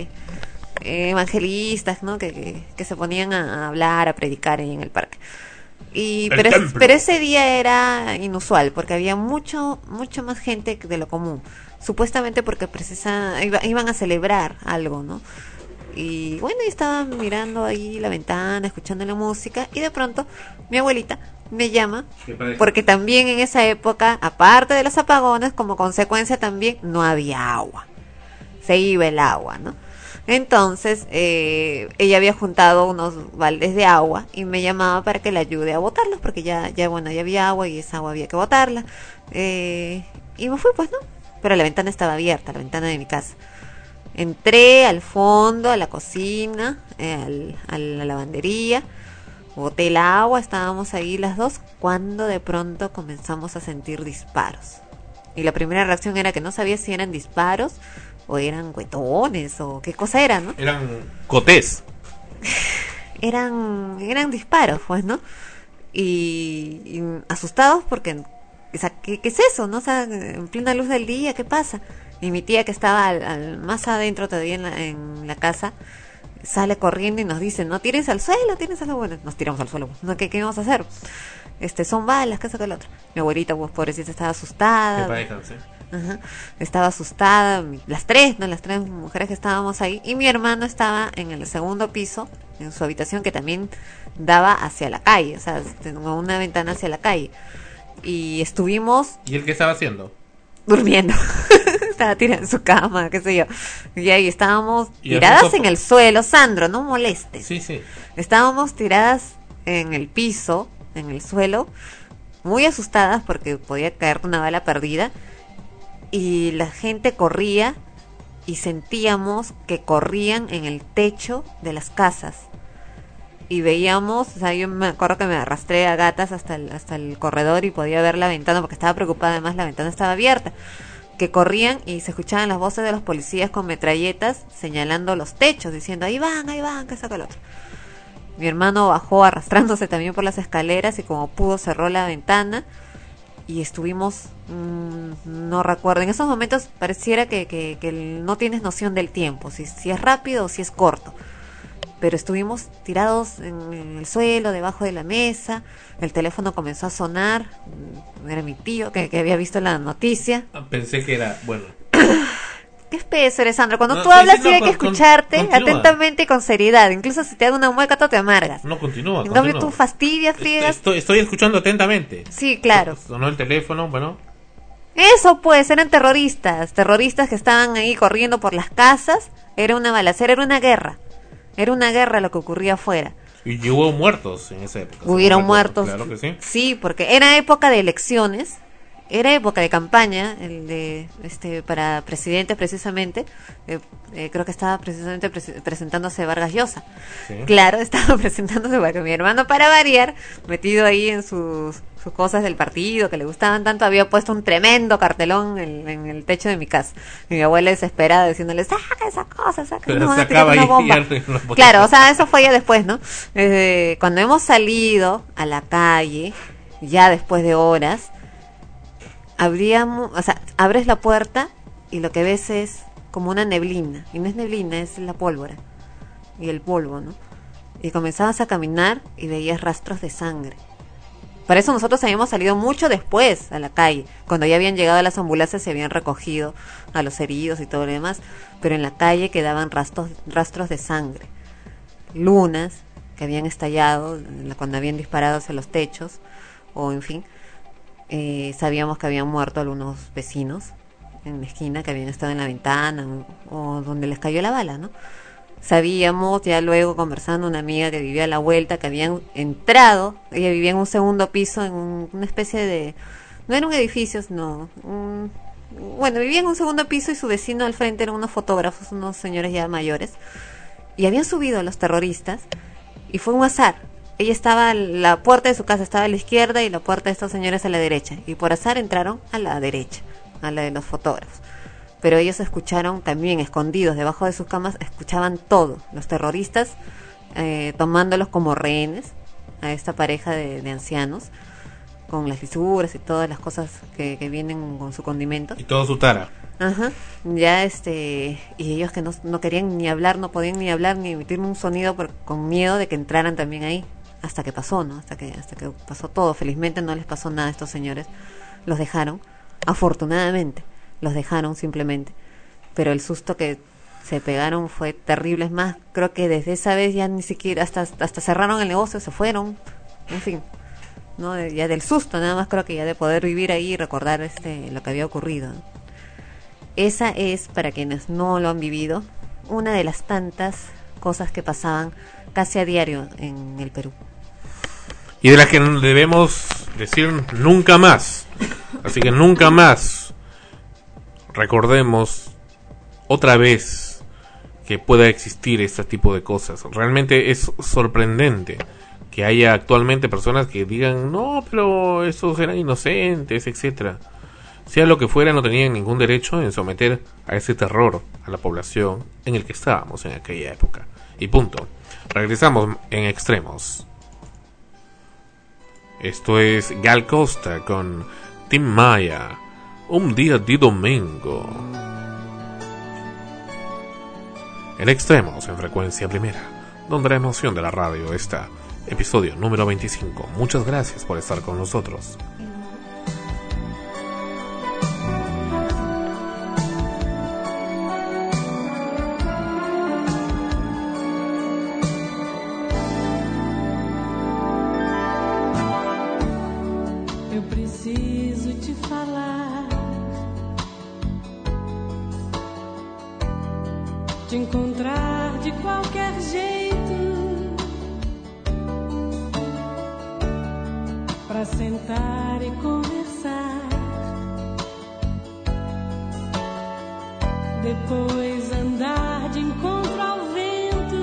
evangelistas, ¿no? Que se ponían a hablar, a predicar ahí en el parque. Pero ese día era inusual porque había mucho más gente de lo común, supuestamente porque iban a celebrar algo, ¿no? Y bueno, y estaba mirando ahí la ventana, escuchando la música, y de pronto mi abuelita me llama porque también en esa época, aparte de los apagones, como consecuencia también no había agua, se iba el agua, ¿no? Entonces ella había juntado unos baldes de agua y me llamaba para que le ayude a botarlos porque ya había agua y esa agua había que botarla, y me fui, pues, ¿no? Pero la ventana estaba abierta, la ventana de mi casa. Entré al fondo, a la cocina, a la lavandería, boté el agua, estábamos ahí las dos cuando de pronto comenzamos a sentir disparos. Y la primera reacción era que no sabía si eran disparos o eran cuetones o qué cosa era, ¿no? Eran cotés. Eran disparos, pues, ¿no? Y asustados porque, o sea, ¿qué es eso, no? O sea, en plena luz del día, ¿qué pasa? Y mi tía, que estaba más adentro todavía en la casa, sale corriendo y nos dice: no, tírense al suelo. Bueno, nos tiramos al suelo, ¿no? ¿Qué vamos a hacer? Son balas, que eso que lo otro. Mi abuelita, pues, pobrecita, estaba asustada. Ajá. Estaba asustada, las tres mujeres que estábamos ahí, y mi hermano estaba en el segundo piso, en su habitación, que también daba hacia la calle, o sea, una ventana hacia la calle, y estuvimos... ¿Y el qué estaba haciendo? Durmiendo. Estaba tirada en su cama, qué sé yo, y ahí estábamos tiradas en el suelo. Sandro, no molestes. Sí. Estábamos tiradas en el piso, en el suelo, muy asustadas porque podía caer una bala perdida. Y la gente corría y sentíamos que corrían en el techo de las casas. Y veíamos, o sea, yo me acuerdo que me arrastré a gatas hasta el corredor y podía ver la ventana porque estaba preocupada, además la ventana estaba abierta. Que corrían y se escuchaban las voces de los policías con metralletas señalando los techos, diciendo: ahí van, que saca el otro. Mi hermano bajó arrastrándose también por las escaleras y como pudo cerró la ventana. Y estuvimos, no recuerdo, en esos momentos pareciera que no tienes noción del tiempo, si es rápido o si es corto. Pero estuvimos tirados en el suelo, debajo de la mesa, el teléfono comenzó a sonar, era mi tío que había visto la noticia. Pensé que era, bueno. Qué espeso eres, Sandro. Cuando tú hablas sí hay que escucharte atentamente y con seriedad. Incluso si te hago una mueca, tú te amargas. No, continúa. En cambio tú fastidias, friegas. Estoy escuchando atentamente. Sí, claro. Sonó el teléfono, bueno. Eso pues, eran terroristas que estaban ahí corriendo por las casas. Era una balacera, era una guerra lo que ocurría afuera. Y hubo muertos en esa época. Hubieron muertos. Claro que sí. Sí, porque era época de elecciones. Era época de campaña, para presidente precisamente. Creo que estaba precisamente presentándose Vargas Llosa. Sí. Claro, estaba presentándose porque mi hermano, para variar, metido ahí en sus cosas del partido que le gustaban tanto, había puesto un tremendo cartelón en el techo de mi casa. Y mi abuela desesperada diciéndole: saca esa cosa, no van a tirar una bomba. Claro, o sea, eso fue ya después, ¿no? Cuando hemos salido a la calle, ya después de horas, abres la puerta y lo que ves es como una neblina, y no es neblina, es la pólvora y el polvo, ¿no? Y comenzabas a caminar y veías rastros de sangre. Para eso nosotros habíamos salido mucho después a la calle, cuando ya habían llegado las ambulancias y habían recogido a los heridos y todo lo demás, pero en la calle quedaban rastros de sangre, lunas que habían estallado cuando habían disparado hacia los techos, o en fin. Sabíamos que habían muerto algunos vecinos en la esquina, que habían estado en la ventana o donde les cayó la bala, ¿no? Sabíamos, ya luego conversando, una amiga que vivía a la vuelta, que habían entrado, ella vivía en un segundo piso, en una especie de... no era un edificio, sino... bueno, vivía en un segundo piso y su vecino al frente eran unos fotógrafos, unos señores ya mayores, y habían subido a los terroristas, y fue un azar. Ella estaba, la puerta de su casa estaba a la izquierda y la puerta de estos señores a la derecha. Y por azar entraron a la derecha, a la de los fotógrafos. Pero ellos escucharon también, escondidos debajo de sus camas, escuchaban todo. Los terroristas tomándolos como rehenes a esta pareja de ancianos, con las lisuras y todas las cosas que vienen con su condimento. Y todo su tara. Ajá, ya y ellos que no querían ni hablar, no podían ni hablar ni emitir un sonido con miedo de que entraran también ahí hasta que pasó, ¿no? Hasta que pasó todo. Felizmente no les pasó nada a estos señores. Los dejaron, afortunadamente, los dejaron simplemente. Pero el susto que se pegaron fue terrible. Es más, creo que desde esa vez ya ni siquiera, hasta cerraron el negocio, se fueron, en fin, ¿no? Ya del susto, nada más creo que ya de poder vivir ahí y recordar lo que había ocurrido, ¿no? Esa es, para quienes no lo han vivido, una de las tantas cosas que pasaban casi a diario en el Perú. Y de las que debemos decir nunca más. Así que nunca más recordemos otra vez que pueda existir este tipo de cosas. Realmente es sorprendente que haya actualmente personas que digan, no, pero esos eran inocentes, etcétera. Sea lo que fuera, no tenían ningún derecho en someter a ese terror a la población en el que estábamos en aquella época. Y punto. Regresamos en Extremos. Esto es Gal Costa con Tim Maya, Un día de domingo. En Extremos, en Frecuencia Primera, donde la emoción de la radio está. Episodio número 25. Muchas gracias por estar con nosotros. Eu preciso te falar, te encontrar de qualquer jeito, pra sentar e conversar, depois andar de encontro ao vento.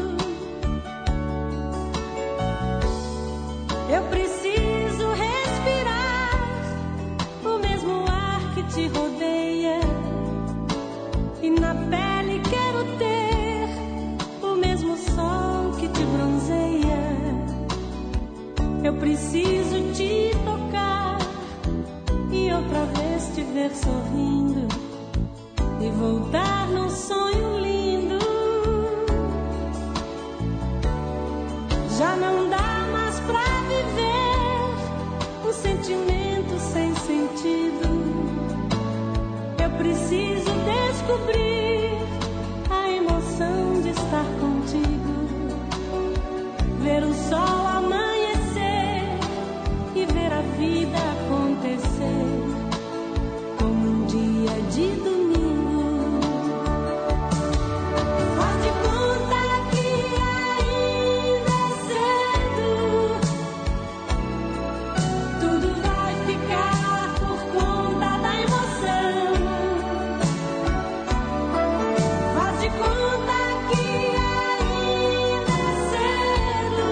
Eu preciso respirar o mesmo ar que te rodeia, e na pele quero ter o mesmo sol que te bronzeia. Eu preciso te tocar e outra vez te ver sorrindo e voltar num sonho lindo. Já não dá mais pra viver um sentimento sem sentido. Eu preciso descobrir a emoção de estar contigo, ver o sol amanhecer e ver a vida acontecer como um dia de domingo. Faz de conta que ainda é cedo, tudo vai ficar por conta da emoção. Faz de conta que ainda é cedo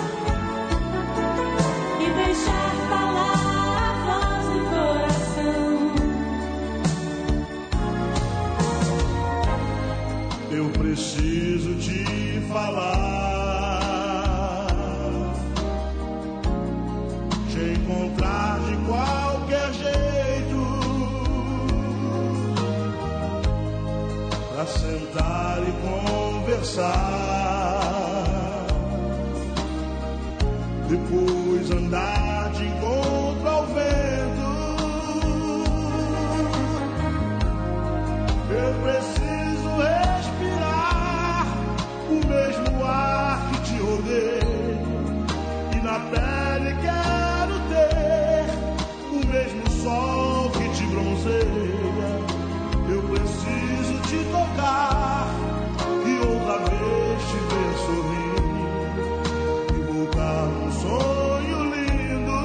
e deixar falar a voz do coração. Eu preciso te falar, te encontrar de qualquer jeito, pra sentar e conversar, depois andar de encontro ao vento. Eu preciso respirar o mesmo ar que te rodeia, e na pele quero ter o mesmo sol que te bronzeia. Eu preciso te tocar e outra vez te ver sorrir e voltar num sonho lindo.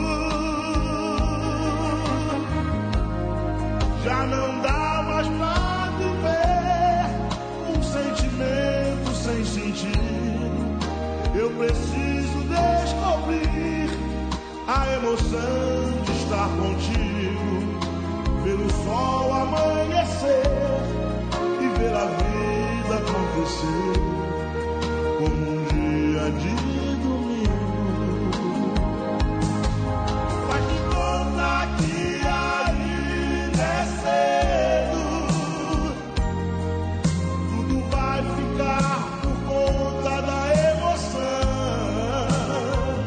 Já não dá mais pra viver um sentimento sem sentido. Eu preciso descobrir a emoção de estar contigo, ver o sol amanhecer e ver a vida acontecer como um dia de domingo. Faz de conta que ainda é cedo, tudo vai ficar por conta da emoção.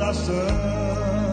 coração.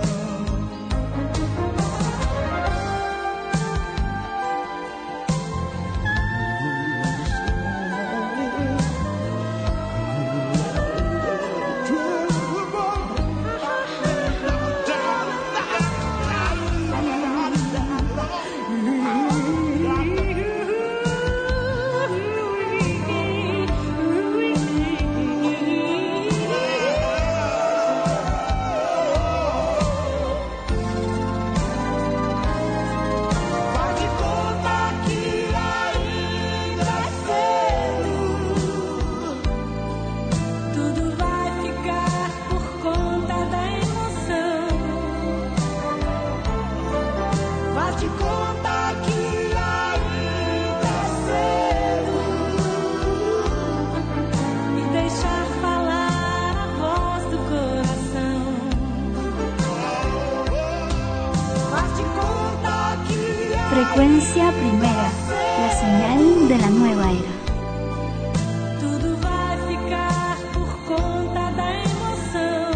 Frecuencia primera, la señal de la nueva era. Tudo vai ficar por conta da emoção.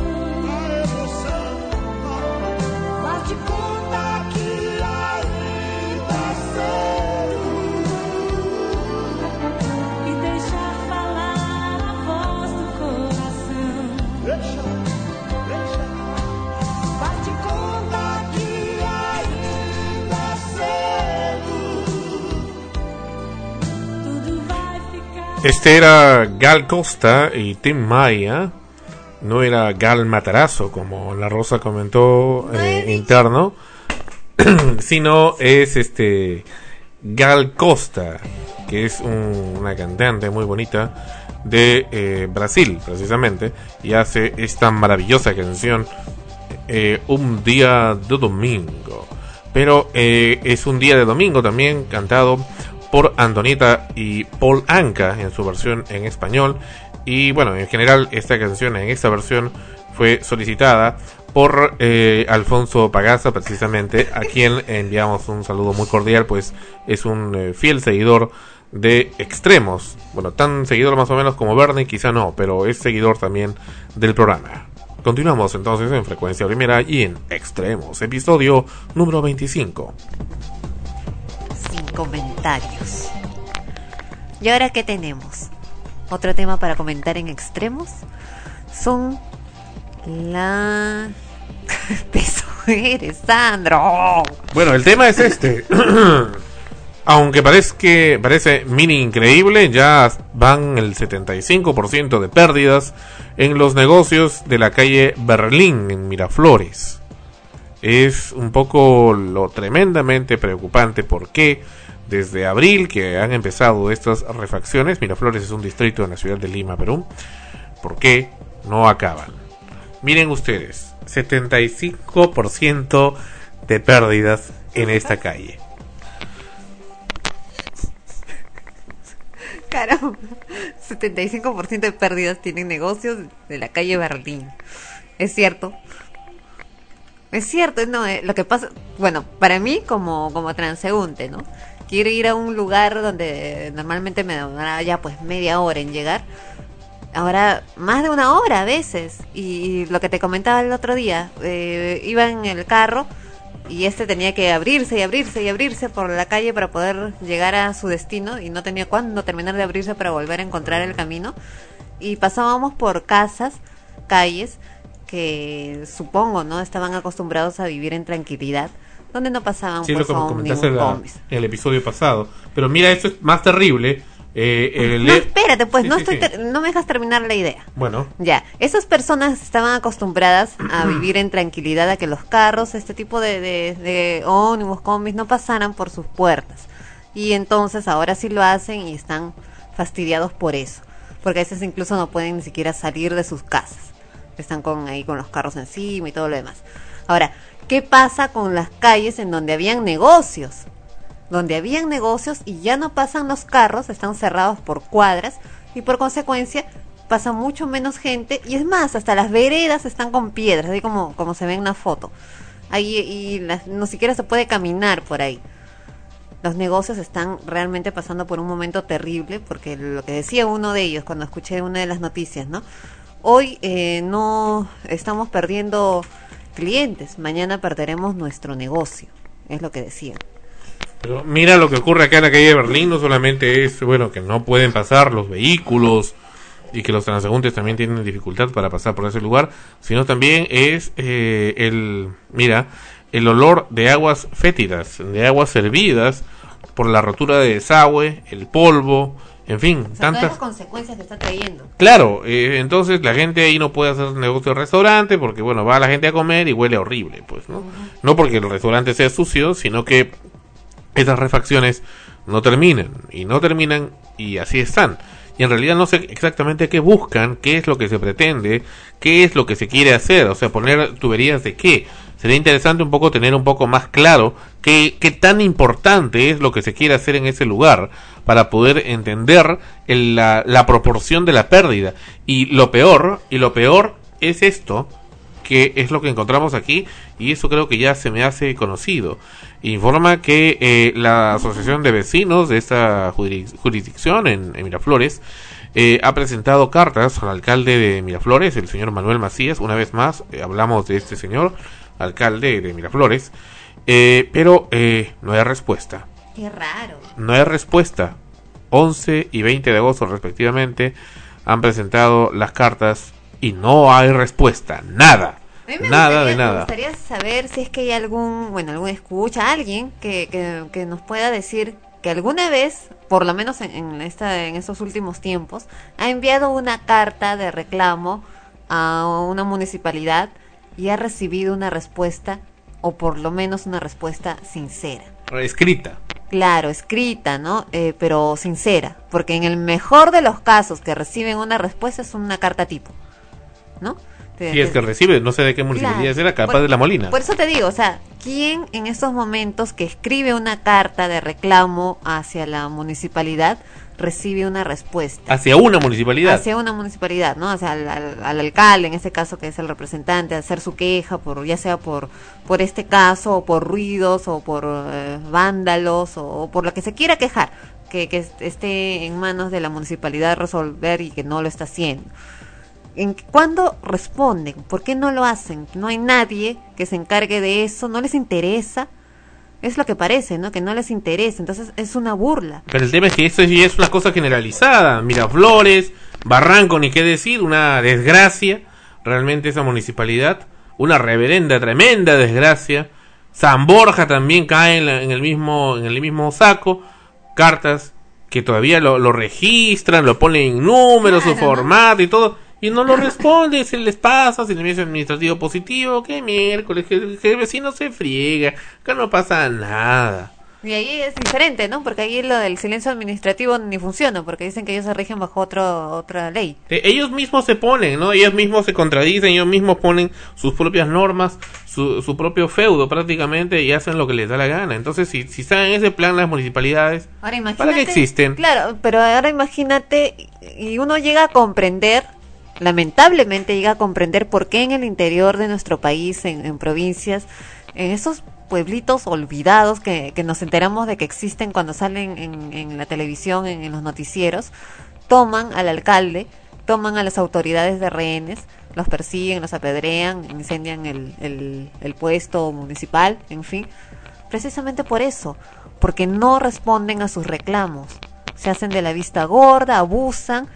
Faz de conta que ainda é cedo e deixar falar a voz do coração. Faz de conta que ainda é Este era Gal Costa y Tim Maya, no era Gal Matarazo como La Rosa comentó interno, sino es Gal Costa, que es una cantante muy bonita de Brasil precisamente, y hace esta maravillosa canción Un día de domingo, pero es un día de domingo también cantado por Antonieta y Paul Anka en su versión en español. Y bueno, en general esta canción en esta versión fue solicitada por Alfonso Pagaza, precisamente, a quien enviamos un saludo muy cordial, pues es un fiel seguidor de Extremos. Bueno, tan seguidor más o menos como Bernie, quizá no, pero es seguidor también del programa. Continuamos entonces en Frecuencia Primera y en Extremos, episodio número 25. Sin comentarios. ¿Y ahora qué tenemos? Otro tema para comentar en Extremos son la... Peso eres, Sandro. Bueno, el tema es este. Aunque parece mini increíble, ya van el 75% de pérdidas en los negocios de la calle Berlín en Miraflores. Es un poco lo tremendamente preocupante porque desde abril que han empezado estas refacciones, Miraflores es un distrito en la ciudad de Lima, Perú, ¿por qué no acaban? Miren ustedes, 75% de pérdidas en esta calle. Caramba, 75% de pérdidas tienen negocios de la calle Berlín. ¿Es cierto? Es cierto, no, lo que pasa, bueno, para mí como transeúnte, ¿no? Quiero ir a un lugar donde normalmente me demoraba ya pues media hora en llegar. Ahora más de una hora a veces. Y lo que te comentaba el otro día, iba en el carro y tenía que abrirse por la calle para poder llegar a su destino y no tenía cuándo terminar de abrirse para volver a encontrar el camino. Y pasábamos por calles que supongo, ¿no? Estaban acostumbrados a vivir en tranquilidad, donde no pasaban sí, pues lo que comentaste en el episodio pasado. Pero mira, esto es más terrible. No, espérate, pues sí, no me dejas terminar la idea. Bueno. Ya, esas personas estaban acostumbradas a vivir en tranquilidad, a que los carros, este tipo de ómnibus, combis, no pasaran por sus puertas. Y entonces ahora sí lo hacen y están fastidiados por eso. Porque a veces incluso no pueden ni siquiera salir de sus casas. Están ahí con los carros encima y todo lo demás. Ahora, ¿qué pasa con las calles en donde habían negocios? Donde habían negocios y ya no pasan los carros, están cerrados por cuadras y por consecuencia pasa mucho menos gente y es más, hasta las veredas están con piedras, así como se ve en una foto. Ahí no siquiera se puede caminar por ahí. Los negocios están realmente pasando por un momento terrible porque lo que decía uno de ellos cuando escuché una de las noticias, ¿no? hoy no estamos perdiendo clientes, mañana perderemos nuestro negocio, es lo que decían. Pero mira lo que ocurre acá en la calle de Berlín, no solamente es, bueno, que no pueden pasar los vehículos y que los transeúntes también tienen dificultad para pasar por ese lugar, sino también es el olor de aguas fétidas, de aguas servidas por la rotura de desagüe, el polvo, en fin, O sea, tantas todas las consecuencias que está trayendo. Claro, entonces la gente ahí no puede hacer negocio de restaurante porque, bueno, va la gente a comer y huele horrible, pues, ¿no? No porque el restaurante sea sucio, sino que esas refacciones no terminan y así están. Y en realidad no sé exactamente qué buscan, qué es lo que se pretende, qué es lo que se quiere hacer, o sea, poner tuberías de qué. Sería interesante un poco tener un poco más claro qué tan importante es lo que se quiere hacer en ese lugar para poder entender la proporción de la pérdida. Y lo peor es esto, que es lo que encontramos aquí, y eso creo que ya se me hace conocido. Informa que la Asociación de Vecinos de esta jurisdicción en Miraflores ha presentado cartas al alcalde de Miraflores, el señor Manuel Macías. Una vez más hablamos de este señor alcalde de Miraflores, pero no hay respuesta. Qué raro. No hay respuesta. 11 y 20 de agosto respectivamente han presentado las cartas y no hay respuesta, nada. Nada de nada. Me gustaría saber si es que hay algún escucha, alguien que nos pueda decir que alguna vez, por lo menos en estos últimos tiempos, ha enviado una carta de reclamo a una municipalidad y ha recibido una respuesta, o por lo menos una respuesta sincera. Escrita. Claro, escrita, ¿no? Pero sincera, porque en el mejor de los casos que reciben una respuesta es una carta tipo, ¿no? Si es que recibe, no sé de qué municipalidad era, capaz de La Molina. Por eso te digo, o sea, ¿quién en estos momentos que escribe una carta de reclamo hacia la municipalidad recibe una respuesta? Hacia una municipalidad. Hacia una municipalidad, ¿no? O sea, al alcalde, en este caso que es el representante, hacer su queja, ya sea por este caso, o por ruidos, o por vándalos, o por lo que se quiera quejar, que esté en manos de la municipalidad resolver y que no lo está haciendo. ¿Cuándo responden? ¿Por qué no lo hacen? No hay nadie que se encargue de eso, no les interesa. Es lo que parece, ¿no? Que no les interesa, entonces es una burla. Pero el tema es que esto ya es una cosa generalizada. Miraflores, Barranco, ni qué decir, una desgracia, realmente esa municipalidad, una reverenda, tremenda desgracia. San Borja también cae en el mismo saco. Cartas que todavía lo registran, lo ponen en números, su formato y todo. Y no lo responde, se les pasa, si le viene administrativo positivo, que miércoles, que el vecino se friega, que no pasa nada. Y ahí es diferente, ¿no? Porque ahí lo del silencio administrativo ni funciona, porque dicen que ellos se rigen bajo otra ley. Ellos mismos se ponen, ¿no? Ellos mismos se contradicen, ellos mismos ponen sus propias normas, su propio feudo prácticamente, y hacen lo que les da la gana. Entonces, si están en ese plan las municipalidades, ahora, imagínate, ¿para qué existen? Claro, pero ahora imagínate, y uno llega a comprender, lamentablemente llega a comprender por qué en el interior de nuestro país, en provincias, en esos pueblitos olvidados que nos enteramos de que existen cuando salen en la televisión, en los noticieros, toman al alcalde, toman a las autoridades de rehenes, los persiguen, los apedrean, incendian el puesto municipal, en fin, precisamente por eso, porque no responden a sus reclamos, se hacen de la vista gorda, abusan,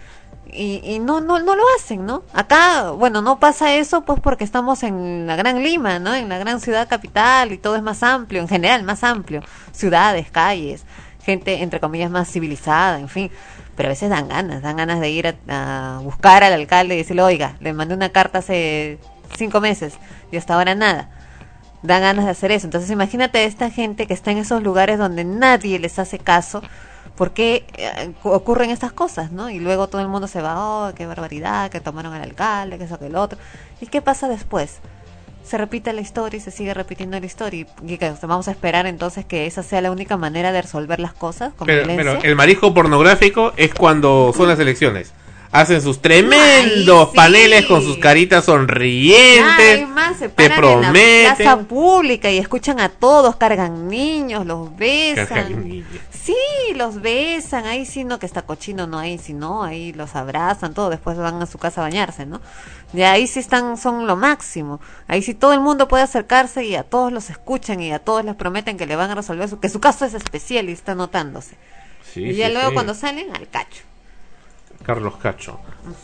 y no lo hacen, ¿no? Acá, bueno, no pasa eso pues porque estamos en la Gran Lima, ¿no? En la gran ciudad capital y todo es más amplio, en general más amplio, ciudades, calles, gente entre comillas más civilizada, en fin, pero a veces dan ganas de ir a buscar al alcalde y decirle, oiga, le mandé una carta hace 5 meses y hasta ahora nada. Dan ganas de hacer eso. Entonces imagínate esta gente que está en esos lugares donde nadie les hace caso. ¿Por qué ocurren estas cosas, no? Y luego todo el mundo se va, oh, qué barbaridad, que tomaron al alcalde, que eso, que el otro. ¿Y qué pasa después? Se repite la historia y se sigue repitiendo la historia. Y que vamos a esperar entonces que esa sea la única manera de resolver las cosas con violencia. Pero el marisco pornográfico es cuando son las elecciones. hacen sus tremendos paneles con sus caritas sonrientes, Ay, más, se te paran en la prometen. plaza pública y escuchan a todos, cargan niños, los besan. Cargan niños. Sí, los besan, ahí sí no, que está cochino, no, ahí sí no, ahí los abrazan, todo, después van a su casa a bañarse, ¿no? Y ahí sí son lo máximo, ahí sí todo el mundo puede acercarse y a todos los escuchan y a todos les prometen que le van a resolver que su caso es especial y está anotándose. Sí, y ya sí, luego sí. cuando salen, al cacho. Carlos Cacho.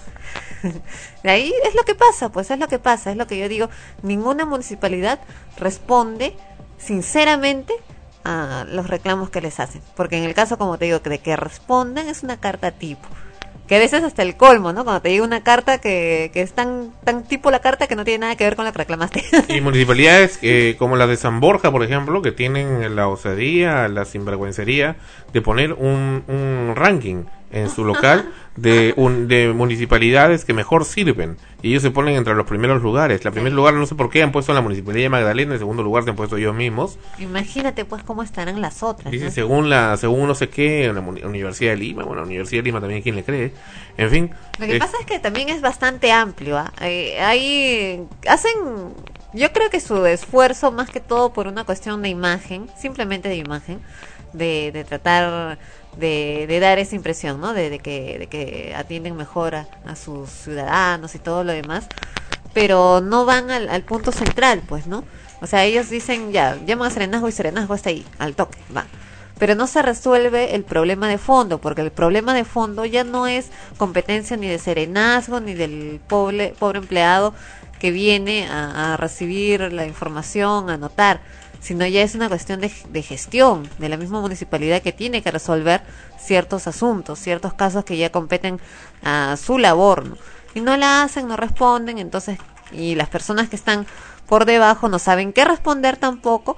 De ahí es lo que pasa, pues es lo que pasa, es lo que yo digo, ninguna municipalidad responde sinceramente a los reclamos que les hacen, porque en el caso, como te digo, de que respondan es una carta tipo, que a veces hasta el colmo, ¿no? Cuando te llega una carta que es tan tipo la carta que no tiene nada que ver con lo que reclamaste. Y municipalidades como la de San Borja, por ejemplo, que tienen la osadía, la sinvergüencería de poner un ranking en su local de municipalidades que mejor sirven, y ellos se ponen entre los primeros lugares. La primer lugar no sé por qué han puesto la municipalidad de Magdalena, en segundo lugar se han puesto ellos mismos. Imagínate pues cómo estarán las otras, Dice ¿no? según no sé qué, la Universidad de Lima, bueno, la Universidad de Lima también, ¿quién le cree? En fin. Lo que pasa es que también es bastante amplio, ¿ah? Ahí hacen, yo creo que su esfuerzo más que todo por una cuestión de imagen, simplemente de imagen, de tratar de dar esa impresión, ¿no? De que atienden mejor a sus ciudadanos y todo lo demás, pero no van al punto central, pues, ¿no? O sea, ellos dicen, ya, llaman a Serenazgo y Serenazgo está ahí, al toque, va. Pero no se resuelve el problema de fondo, porque el problema de fondo ya no es competencia ni de Serenazgo ni del pobre empleado que viene a recibir la información, a anotar, sino ya es una cuestión de gestión de la misma municipalidad, que tiene que resolver ciertos asuntos, ciertos casos que ya competen a su labor, ¿no? Y no la hacen, no responden, entonces, y las personas que están por debajo no saben qué responder tampoco,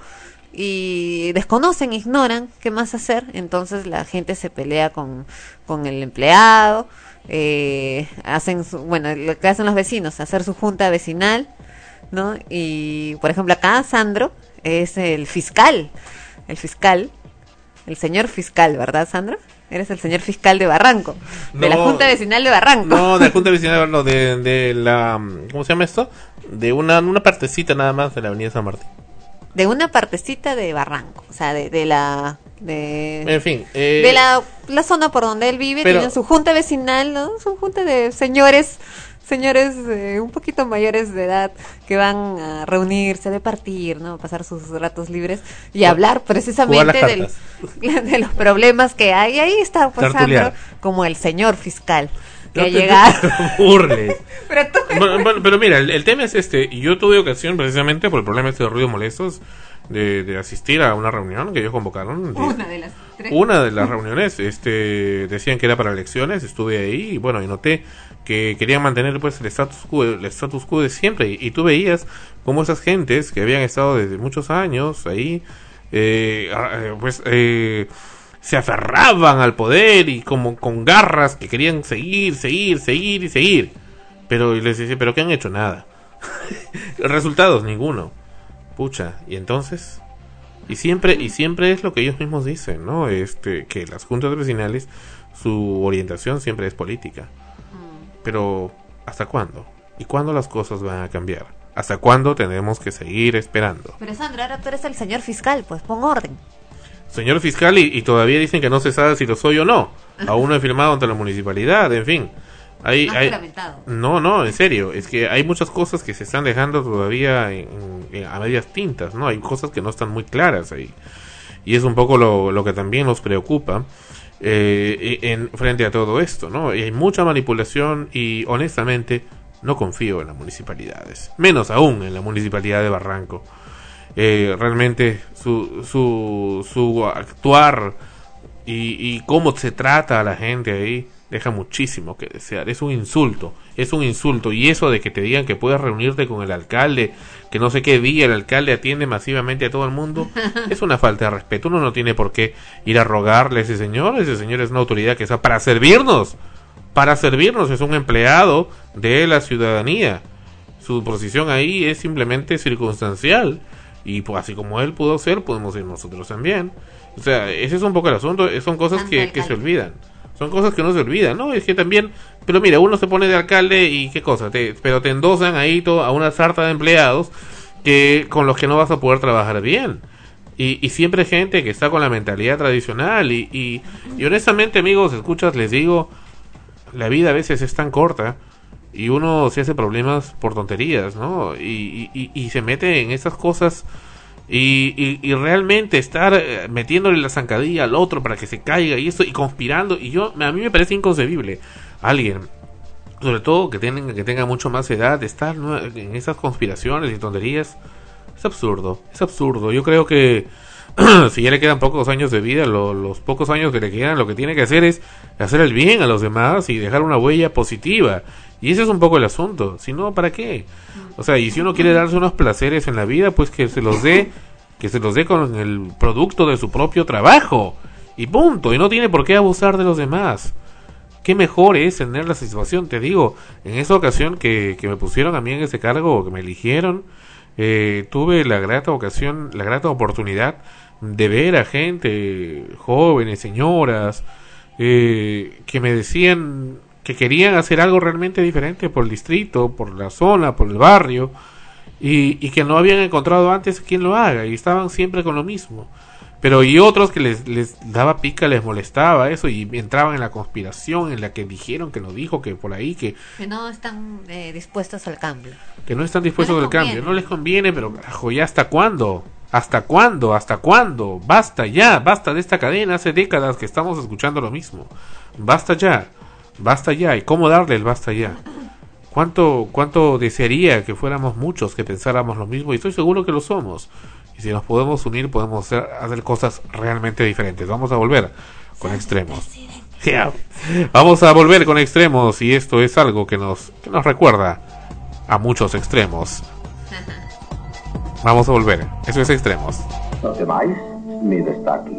y desconocen, ignoran qué más hacer, entonces la gente se pelea con el empleado, hacen lo que hacen los vecinos, hacer su junta vecinal, ¿no? Y por ejemplo acá Sandro es el fiscal, el señor fiscal, ¿verdad, Sandro? Eres el señor fiscal de Barranco, de la Junta Vecinal de Barranco. No, de la Junta Vecinal, no, de la, ¿cómo se llama esto? De una partecita nada más de la Avenida San Martín. De una partecita de Barranco, o sea, de en fin, de la zona por donde él vive, pero, tienen su junta vecinal, ¿no? Su junta de señores un poquito mayores de edad que van a reunirse, a departir, ¿no? A pasar sus ratos libres y hablar precisamente de los problemas que hay. Y ahí está, pues, Sandro, como el señor fiscal que ha llegado. Burles. Pero mira, el tema es yo tuve ocasión precisamente por el problema de ruidos molestos de asistir a una reunión que ellos convocaron. Una de las reuniones, decían que era para elecciones, estuve ahí y bueno, y noté que querían mantener pues el status quo de siempre, y tú veías como esas gentes que habían estado desde muchos años ahí, se aferraban al poder y como con garras que querían seguir, pero les decía, pero ¿qué han hecho? Nada. Resultados, ninguno. Pucha, y entonces, y siempre es lo que ellos mismos dicen, ¿no? Que las juntas vecinales, su orientación siempre es política. Pero ¿hasta cuándo? ¿Y cuándo las cosas van a cambiar? ¿Hasta cuándo tenemos que seguir esperando? Pero Sandra, ahora tú eres el señor fiscal, pues pon orden. Señor fiscal, y todavía dicen que no se sabe si lo soy o no. Aún no he firmado ante la municipalidad, en fin. No, en serio, es que hay muchas cosas que se están dejando todavía a medias tintas, ¿no? Hay cosas que no están muy claras ahí. Y es un poco lo que también nos preocupa frente a todo esto, ¿no? Y hay mucha manipulación y honestamente no confío en las municipalidades, menos aún en la municipalidad de Barranco. Realmente su actuar y cómo se trata a la gente ahí deja muchísimo que desear. Es un insulto, y eso de que te digan que puedes reunirte con el alcalde, que no sé qué día el alcalde atiende masivamente a todo el mundo, es una falta de respeto. Uno no tiene por qué ir a rogarle a ese señor es una autoridad que está para servirnos, es un empleado de la ciudadanía, su posición ahí es simplemente circunstancial, y pues así como él pudo ser, podemos ser nosotros también. O sea, ese es un poco el asunto, son cosas que se olvidan. Son cosas que no se olvidan, ¿no? Es que también Pero mira, uno se pone de alcalde y qué cosa, pero te endosan ahí a una sarta de empleados que con los que no vas a poder trabajar bien. Y siempre gente que está con la mentalidad tradicional. Y honestamente, amigos, escuchas, les digo, la vida a veces es tan corta y uno se hace problemas por tonterías, ¿no? Y se mete en esas cosas y realmente estar metiéndole la zancadilla al otro para que se caiga y esto y conspirando. Y a mí me parece inconcebible alguien, sobre todo que tenga mucho más edad, estar en esas conspiraciones y tonterías. Es absurdo. Yo creo que si ya le quedan pocos años de vida, los pocos años que le quedan, lo que tiene que hacer es hacer el bien a los demás y dejar una huella positiva. Y ese es un poco el asunto. Si no, ¿para qué? O sea, y si uno quiere darse unos placeres en la vida, pues que se los dé con el producto de su propio trabajo. Y punto. Y no tiene por qué abusar de los demás. Qué mejor es tener la satisfacción, te digo, en esa ocasión que me pusieron a mí en ese cargo, que me eligieron, tuve la grata oportunidad de ver a gente, jóvenes, señoras, que me decían que querían hacer algo realmente diferente por el distrito, por la zona, por el barrio, y que no habían encontrado antes quien lo haga, y estaban siempre con lo mismo. Pero y otros que les daba pica, les molestaba eso y entraban en la conspiración en la que dijeron que lo dijo, que por ahí, que no están dispuestos al cambio. Que no están dispuestos al cambio. No les conviene, pero carajo, ¿ya hasta cuándo? ¿Hasta cuándo? ¿Hasta cuándo? Basta ya, basta de esta cadena. Hace décadas que estamos escuchando lo mismo. Basta ya. ¿Y cómo darle el basta ya? ¿Cuánto desearía que fuéramos muchos que pensáramos lo mismo? Y estoy seguro que lo somos. Y si nos podemos unir, podemos hacer cosas realmente diferentes. Vamos a volver con Extremos. Yeah. Vamos a volver con Extremos. Y esto es algo que nos recuerda a muchos extremos. Vamos a volver. Eso es Extremos. No te vais ni de estar aquí.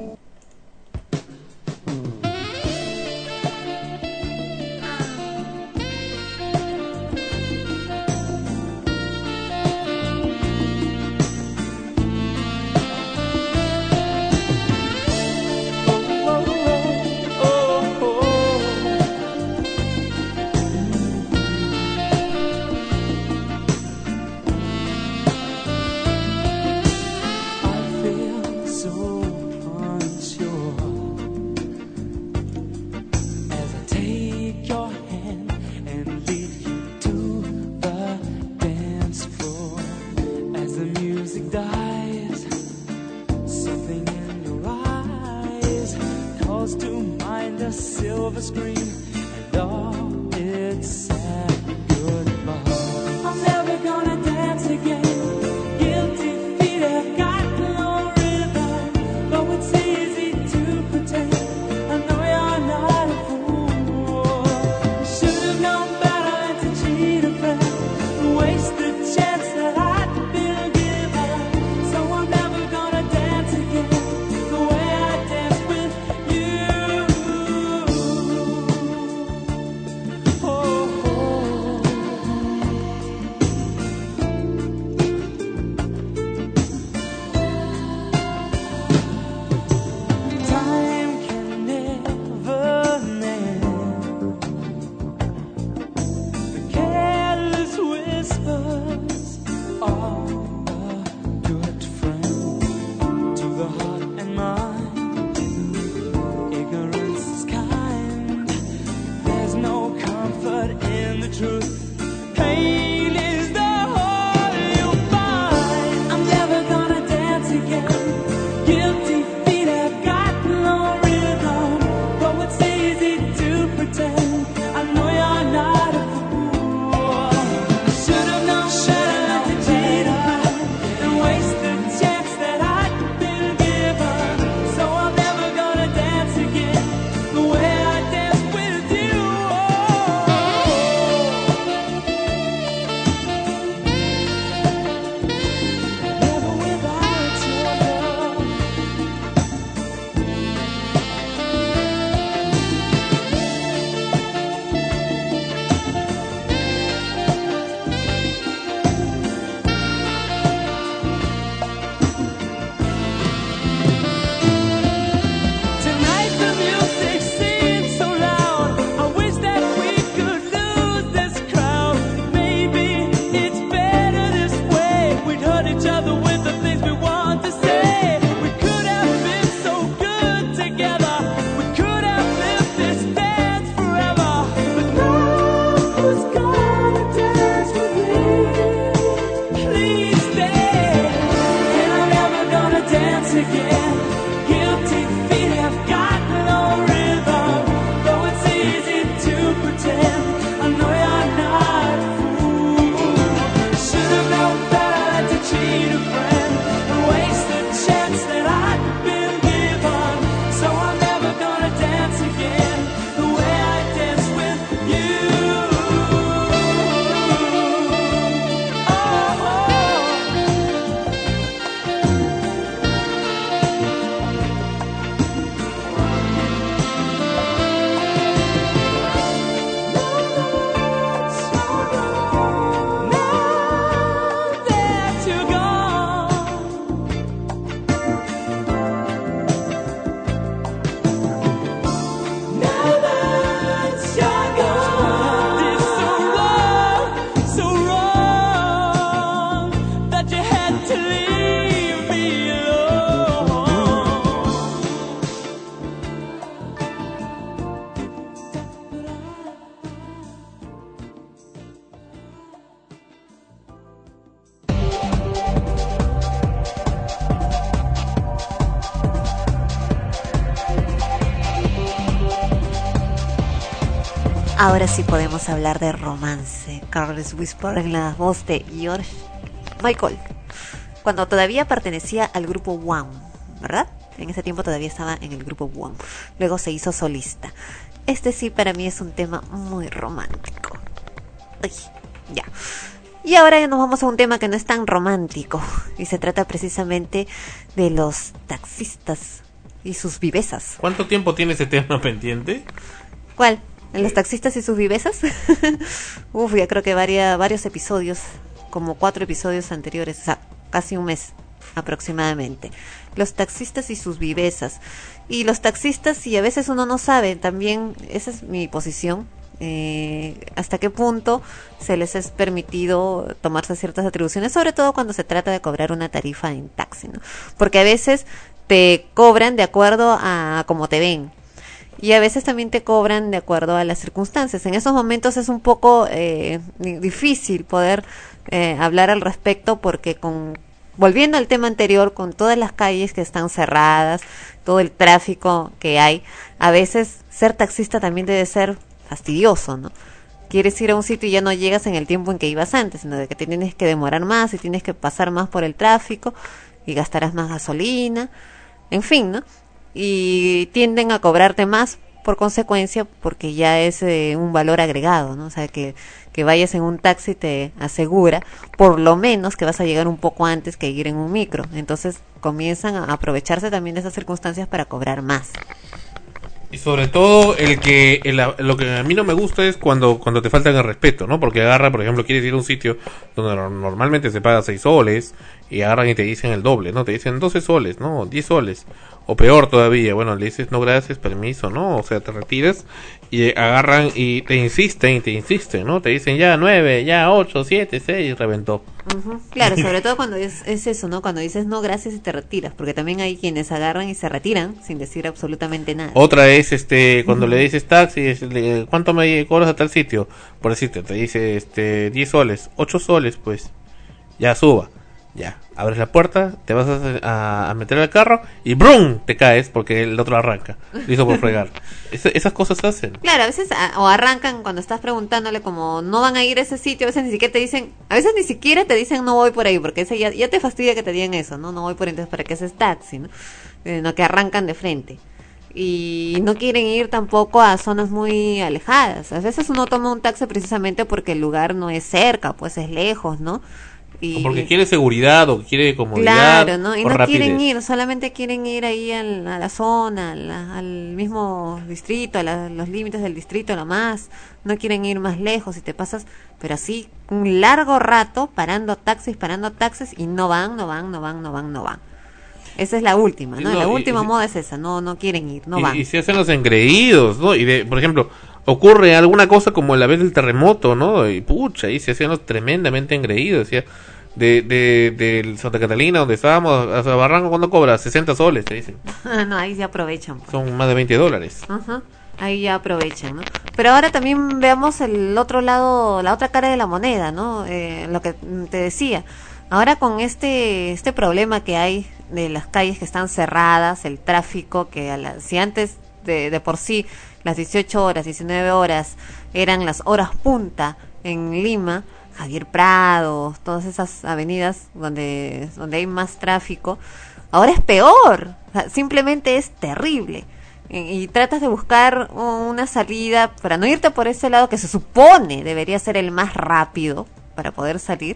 need a friend and waste the chance that I've been given. So I'm never gonna dance again the way I dance with you. Ahora sí podemos hablar de romance. Careless Whisper en la voz de George Michael, cuando todavía pertenecía al grupo One, ¿verdad? En ese tiempo todavía estaba en el grupo One. Luego se hizo solista. Este sí para mí es un tema muy romántico. Uy, ya. Y ahora nos vamos a un tema que no es tan romántico. Y se trata precisamente de los taxistas y sus vivezas. ¿Cuánto tiempo tiene ese tema pendiente? ¿Cuál? ¿Los taxistas y sus vivezas? Uf, ya creo que varios episodios, como 4 episodios anteriores, o sea, casi un mes aproximadamente. Los taxistas y sus vivezas. Y los taxistas, y a veces uno no sabe, también, esa es mi posición, hasta qué punto se les es permitido tomarse ciertas atribuciones, sobre todo cuando se trata de cobrar una tarifa en taxi, ¿no? Porque a veces te cobran de acuerdo a cómo te ven. Y a veces también te cobran de acuerdo a las circunstancias. En esos momentos es un poco difícil poder hablar al respecto porque volviendo al tema anterior, con todas las calles que están cerradas, todo el tráfico que hay, a veces ser taxista también debe ser fastidioso, ¿no? Quieres ir a un sitio y ya no llegas en el tiempo en que ibas antes, sino de que te tienes que demorar más y tienes que pasar más por el tráfico y gastarás más gasolina, en fin, ¿no? Y tienden a cobrarte más por consecuencia porque ya es un valor agregado, ¿no? O sea, que vayas en un taxi te asegura por lo menos que vas a llegar un poco antes que ir en un micro. Entonces comienzan a aprovecharse también de esas circunstancias para cobrar más. Y sobre todo lo que a mí no me gusta es cuando te faltan el respeto, ¿no? Porque agarra, por ejemplo, quieres ir a un sitio donde normalmente se paga 6 soles y agarran y te dicen el doble, ¿no? Te dicen 12 soles, ¿no? 10 soles. O peor todavía, bueno, le dices no gracias, permiso, ¿no? O sea, te retiras y agarran y te insisten, ¿no? Te dicen ya 9, ya 8, 7, 6, reventó. Uh-huh. Claro, sobre todo cuando es eso, ¿no? Cuando dices no gracias y te retiras, porque también hay quienes agarran y se retiran sin decir absolutamente nada. Otra es cuando le dices taxi, ¿cuánto me cobras a tal sitio? Por decirte, te dice 10 soles, 8 soles, pues ya suba. Ya, abres la puerta, te vas a meter al carro y ¡brum! Te caes porque el otro arranca. Listo por fregar. Esas cosas hacen. Claro, a veces o arrancan cuando estás preguntándole como no van a ir a ese sitio, a veces ni siquiera te dicen, te dicen no voy por ahí, porque ese ya te fastidia que te digan eso, ¿no? No voy por ahí, entonces para qué haces taxi, ¿no? No, que arrancan de frente. Y no quieren ir tampoco a zonas muy alejadas. A veces uno toma un taxi precisamente porque el lugar no es cerca, pues es lejos, ¿no? O porque quiere seguridad o quiere comodidad. Claro, ¿no? Y no rapidez. Quieren ir, solamente quieren ir ahí a la zona, al mismo distrito, a los límites del distrito nomás. No quieren ir más lejos y te pasas, pero así, un largo rato parando taxis y no van. Esa es la última, ¿no? La última moda es esa, no quieren ir, no van. Y se hacen los engreídos, ¿no? Y por ejemplo, ocurre alguna cosa como la vez del terremoto, ¿no? Y pucha, ahí se hacían los tremendamente engreídos, decía, de Santa Catalina, donde estábamos, hasta Barranco, ¿cuándo cobra? 60 soles, te dicen. No, ahí se aprovechan. Pues. Son más de $20. Ajá. Ahí ya aprovechan, ¿no? Pero ahora también veamos el otro lado, la otra cara de la moneda, ¿no? Lo que te decía. Ahora con este problema que hay de las calles que están cerradas, el tráfico, que si antes de por sí las 18 horas, 19 horas eran las horas punta en Lima, Javier Prado, todas esas avenidas donde hay más tráfico, ahora es peor, o sea, simplemente es terrible. Y tratas de buscar una salida para no irte por ese lado que se supone debería ser el más rápido para poder salir,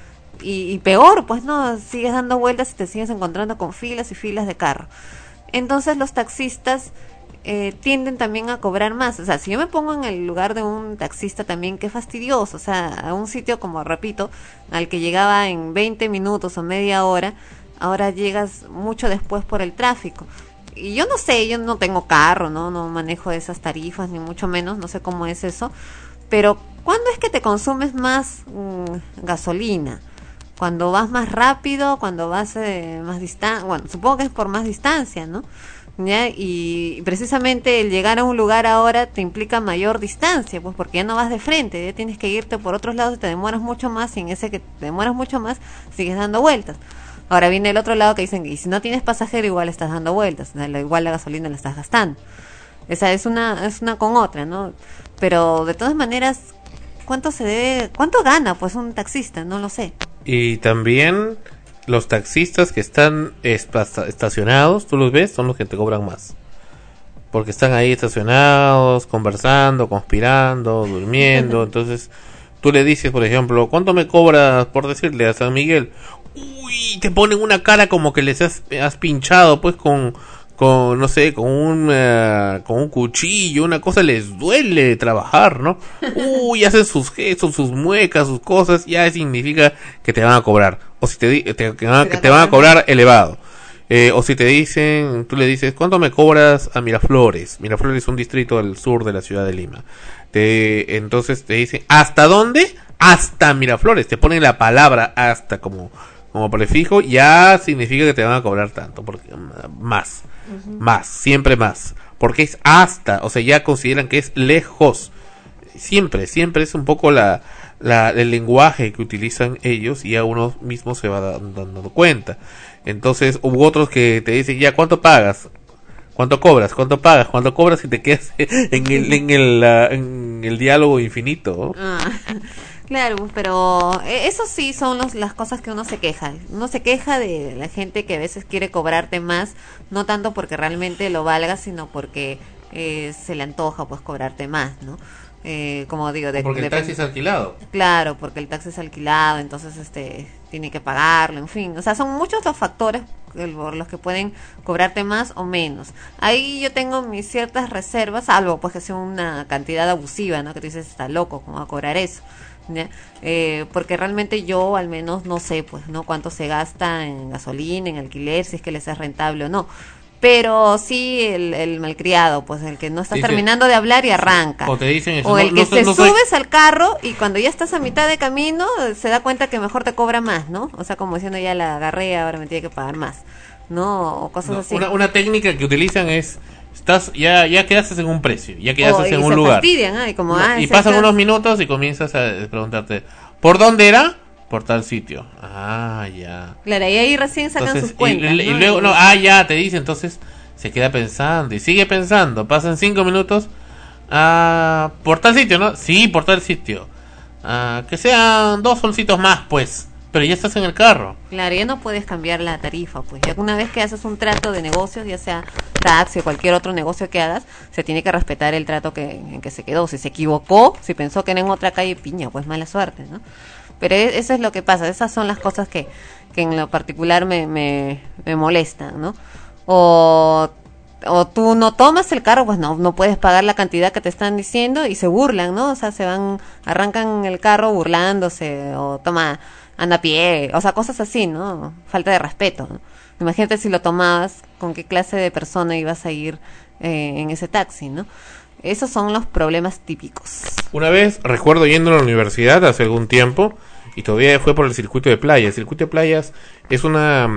y peor, pues no, sigues dando vueltas y te sigues encontrando con filas y filas de carro. Entonces los taxistas tienden también a cobrar más. O sea, si yo me pongo en el lugar de un taxista también, qué fastidioso. O sea, a un sitio, como repito, al que llegaba en 20 minutos o media hora, ahora llegas mucho después por el tráfico. Y yo no sé, yo no tengo carro, no manejo esas tarifas, ni mucho menos, no sé cómo es eso. Pero, ¿cuándo es que te consumes más gasolina? Cuando vas más rápido, cuando vas más distancia. Bueno, supongo que es por más distancia, ¿no? ¿Ya? Y precisamente el llegar a un lugar ahora te implica mayor distancia, pues porque ya no vas de frente, ya tienes que irte por otros lados y te demoras mucho más, y en ese que te demoras mucho más sigues dando vueltas. Ahora viene el otro lado que dicen, y si no tienes pasajero igual estás dando vueltas, igual la gasolina la estás gastando. Esa es una con otra, ¿no? Pero de todas maneras, ¿cuánto gana pues un taxista? No lo sé. Y también los taxistas que están estacionados, tú los ves, son los que te cobran más. Porque están ahí estacionados, conversando, conspirando, durmiendo. Entonces, tú le dices, por ejemplo, ¿cuánto me cobras por decirle a San Miguel? Uy, te ponen una cara como que les has pinchado, pues, con no sé, con un cuchillo, una cosa. Les duele trabajar, ¿no? Uy, hacen sus gestos, sus muecas, sus cosas, ya significa que te van a cobrar, o si te van a cobrar elevado, o si te dicen, tú le dices, ¿cuánto me cobras a Miraflores? Miraflores es un distrito del sur de la ciudad de Lima. Entonces te dicen, ¿hasta dónde? Hasta Miraflores, te ponen la palabra hasta como prefijo, ya significa que te van a cobrar tanto, porque más, siempre más, porque es hasta, o sea, ya consideran que es lejos. Siempre es un poco el lenguaje que utilizan ellos, y ya uno mismo se va dando cuenta. Entonces hubo otros que te dicen, ya, ¿cuánto pagas? ¿Cuánto cobras? ¿Cuánto pagas? ¿Cuánto cobras? Y te quedas en el diálogo infinito. Claro, pero eso sí son las cosas que uno se queja. Uno se queja de la gente que a veces quiere cobrarte más, no tanto porque realmente lo valga, sino porque se le antoja pues cobrarte más, ¿no? Como digo, porque el taxi es alquilado. Claro, porque el taxi es alquilado, entonces tiene que pagarlo, en fin. O sea, son muchos los factores por los que pueden cobrarte más o menos. Ahí yo tengo mis ciertas reservas, salvo pues que sea una cantidad abusiva, ¿no? Que tú dices, está loco, ¿cómo va a cobrar eso? ¿Ya? Porque realmente yo al menos no sé pues no cuánto se gasta en gasolina, en alquiler, si es que les es rentable o no. Pero sí el malcriado, pues el que no está terminando de hablar y arranca. O te dicen eso, o el que subes al carro y cuando ya estás a mitad de camino se da cuenta que mejor te cobra más, ¿no? O sea, como diciendo, ya la agarré, ahora me tiene que pagar más, ¿no? O cosas así. Una técnica que utilizan es, ya quedaste en un precio, ya quedaste en un lugar. Y pasan unos minutos y comienzas a preguntarte, ¿por dónde era? Por tal sitio. Ah, ya. Claro, y ahí recién sacan sus cuentas. Y luego, ya, te dice, entonces se queda pensando y sigue pensando. Pasan 5 minutos. Por tal sitio, ¿no? Sí, por tal sitio. Que sean 2 solcitos más, pues. Pero ya estás en el carro. Claro, ya no puedes cambiar la tarifa, pues. Ya una vez que haces un trato de negocios, ya sea taxi o cualquier otro negocio que hagas, se tiene que respetar el trato en que se quedó. Si se equivocó, si pensó que era en otra calle, piña, pues mala suerte, ¿no? Pero eso es lo que pasa, esas son las cosas que en lo particular me molestan, ¿no? O tú no tomas el carro, pues no puedes pagar la cantidad que te están diciendo y se burlan, ¿no? O sea, arrancan el carro burlándose, o anda a pie, o sea, cosas así, ¿no? Falta de respeto, ¿no? Imagínate si lo tomabas, con qué clase de persona ibas a ir en ese taxi, ¿no? Esos son los problemas típicos. Una vez, recuerdo yendo a la universidad hace algún tiempo, y todavía fue por el circuito de playas. El circuito de playas es una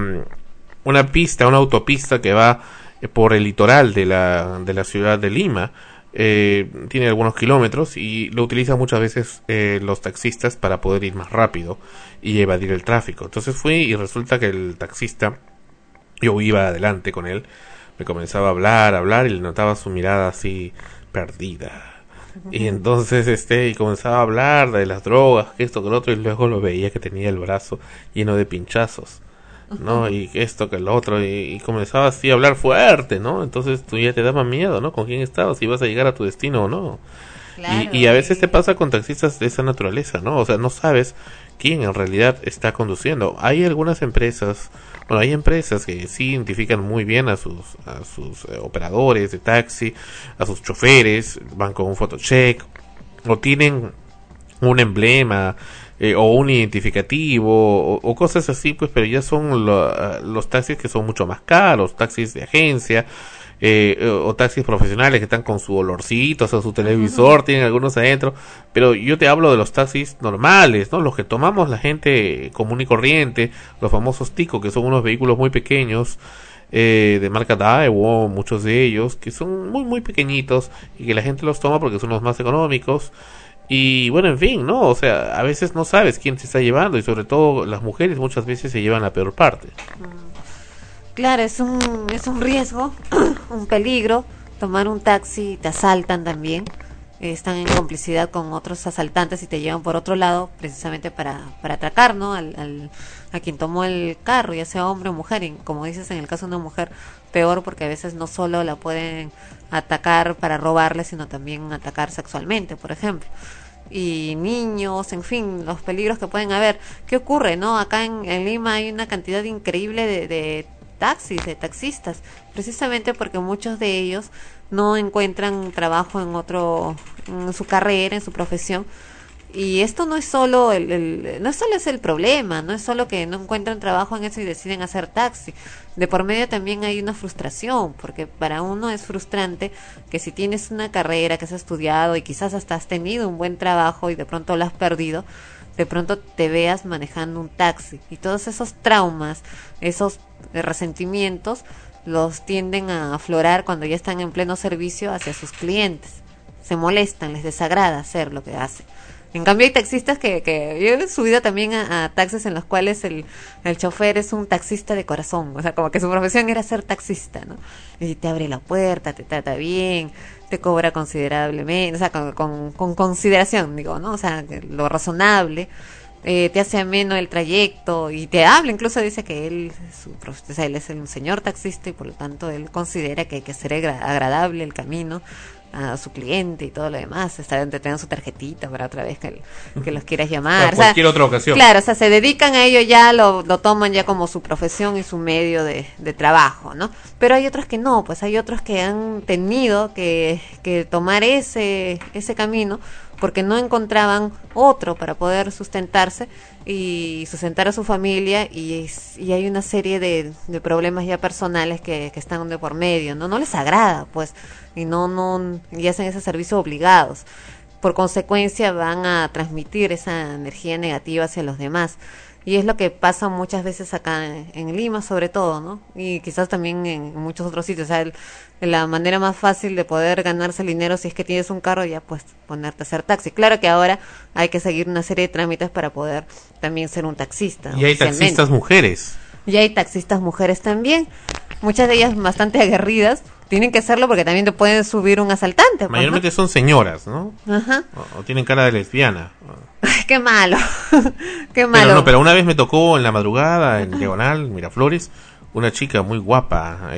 autopista que va por el litoral de la ciudad de Lima. Tiene algunos kilómetros y lo utilizan muchas veces los taxistas para poder ir más rápido y evadir el tráfico. Entonces fui y resulta que el taxista, yo iba adelante con él, me comenzaba a hablar y le notaba su mirada así perdida, Y entonces y comenzaba a hablar de las drogas, que esto, que lo otro, y luego lo veía que tenía el brazo lleno de pinchazos, ¿no? Y esto, que lo otro, y comenzaba así a hablar fuerte, ¿no? Entonces tú ya te daba miedo, ¿no? ¿Con quién estabas? Si ibas a llegar a tu destino o no. Claro, y a veces te pasa con taxistas de esa naturaleza, ¿no? O sea, no sabes quién en realidad está conduciendo. Hay algunas empresas, bueno, hay empresas que sí identifican muy bien a sus operadores de taxi, a sus choferes, van con un photocheck, o tienen un emblema, o un identificativo, o cosas así, pues, pero ya son los taxis que son mucho más caros, taxis de agencia, o taxis profesionales que están con su olorcito, o sea, su televisor, tienen algunos adentro, pero yo te hablo de los taxis normales, ¿no? Los que tomamos la gente común y corriente, los famosos Tico, que son unos vehículos muy pequeños, de marca Daewoo, muchos de ellos, que son muy muy pequeñitos y que la gente los toma porque son los más económicos. Y bueno, en fin, ¿no? O sea, a veces no sabes quién te está llevando, y sobre todo las mujeres muchas veces se llevan la peor parte. Claro, es un riesgo, un peligro. Tomar un taxi, te asaltan también. Están en complicidad con otros asaltantes y te llevan por otro lado, precisamente para atracar, ¿no? A quien tomó el carro, ya sea hombre o mujer. Y como dices, en el caso de una mujer, peor, porque a veces no solo la pueden atacar para robarle, sino también atacar sexualmente, por ejemplo. Y niños, en fin, los peligros que pueden haber. ¿Qué ocurre, no? Acá en Lima hay una cantidad increíble de taxis, de taxistas, precisamente porque muchos de ellos no encuentran trabajo en su carrera, en su profesión. Y esto no es solo no solo es el problema, no es solo que no encuentran trabajo en eso y deciden hacer taxi. De por medio también hay una frustración, porque para uno es frustrante que si tienes una carrera que has estudiado y quizás hasta has tenido un buen trabajo y de pronto lo has perdido, de pronto te veas manejando un taxi, y todos esos traumas, esos resentimientos los tienden a aflorar cuando ya están en pleno servicio hacia sus clientes. Se molestan, les desagrada hacer lo que hacen. En cambio hay taxistas que yo he subido también a taxis en los cuales el chofer es un taxista de corazón, o sea, como que su profesión era ser taxista, ¿no? Y te abre la puerta, te trata bien, te cobra considerablemente, o sea, con consideración, digo, ¿no? O sea, lo razonable, te hace ameno el trayecto y te habla, incluso dice que él es un señor taxista y por lo tanto él considera que hay que hacer agradable el camino a su cliente y todo lo demás. Está entreteniendo su tarjetita para otra vez que los quieras llamar. Para cualquier otra ocasión. Claro, o sea, se dedican a ello, ya lo toman ya como su profesión y su medio de trabajo, ¿no? Pero hay otros que no, pues hay otros que han tenido que tomar ese camino porque no encontraban otro para poder sustentarse y sustentar a su familia, y hay una serie de problemas ya personales que están de por medio, no les agrada, pues, y y hacen ese servicio obligados. Por consecuencia van a transmitir esa energía negativa hacia los demás, y es lo que pasa muchas veces acá en Lima, sobre todo, ¿no? Y quizás también en muchos otros sitios. O sea, la manera más fácil de poder ganarse el dinero, si es que tienes un carro, ya pues ponerte a hacer taxi. Claro que ahora hay que seguir una serie de trámites para poder también ser un taxista. Y hay taxistas mujeres. Y hay taxistas mujeres también, muchas de ellas bastante aguerridas. Tienen que hacerlo porque también te pueden subir un asaltante. Pues, mayormente, ¿no? Son señoras, ¿no? Ajá. O tienen cara de lesbiana. Ay, qué malo. Qué malo. Pero una vez me tocó en la madrugada, en Diagonal, Miraflores, una chica muy guapa.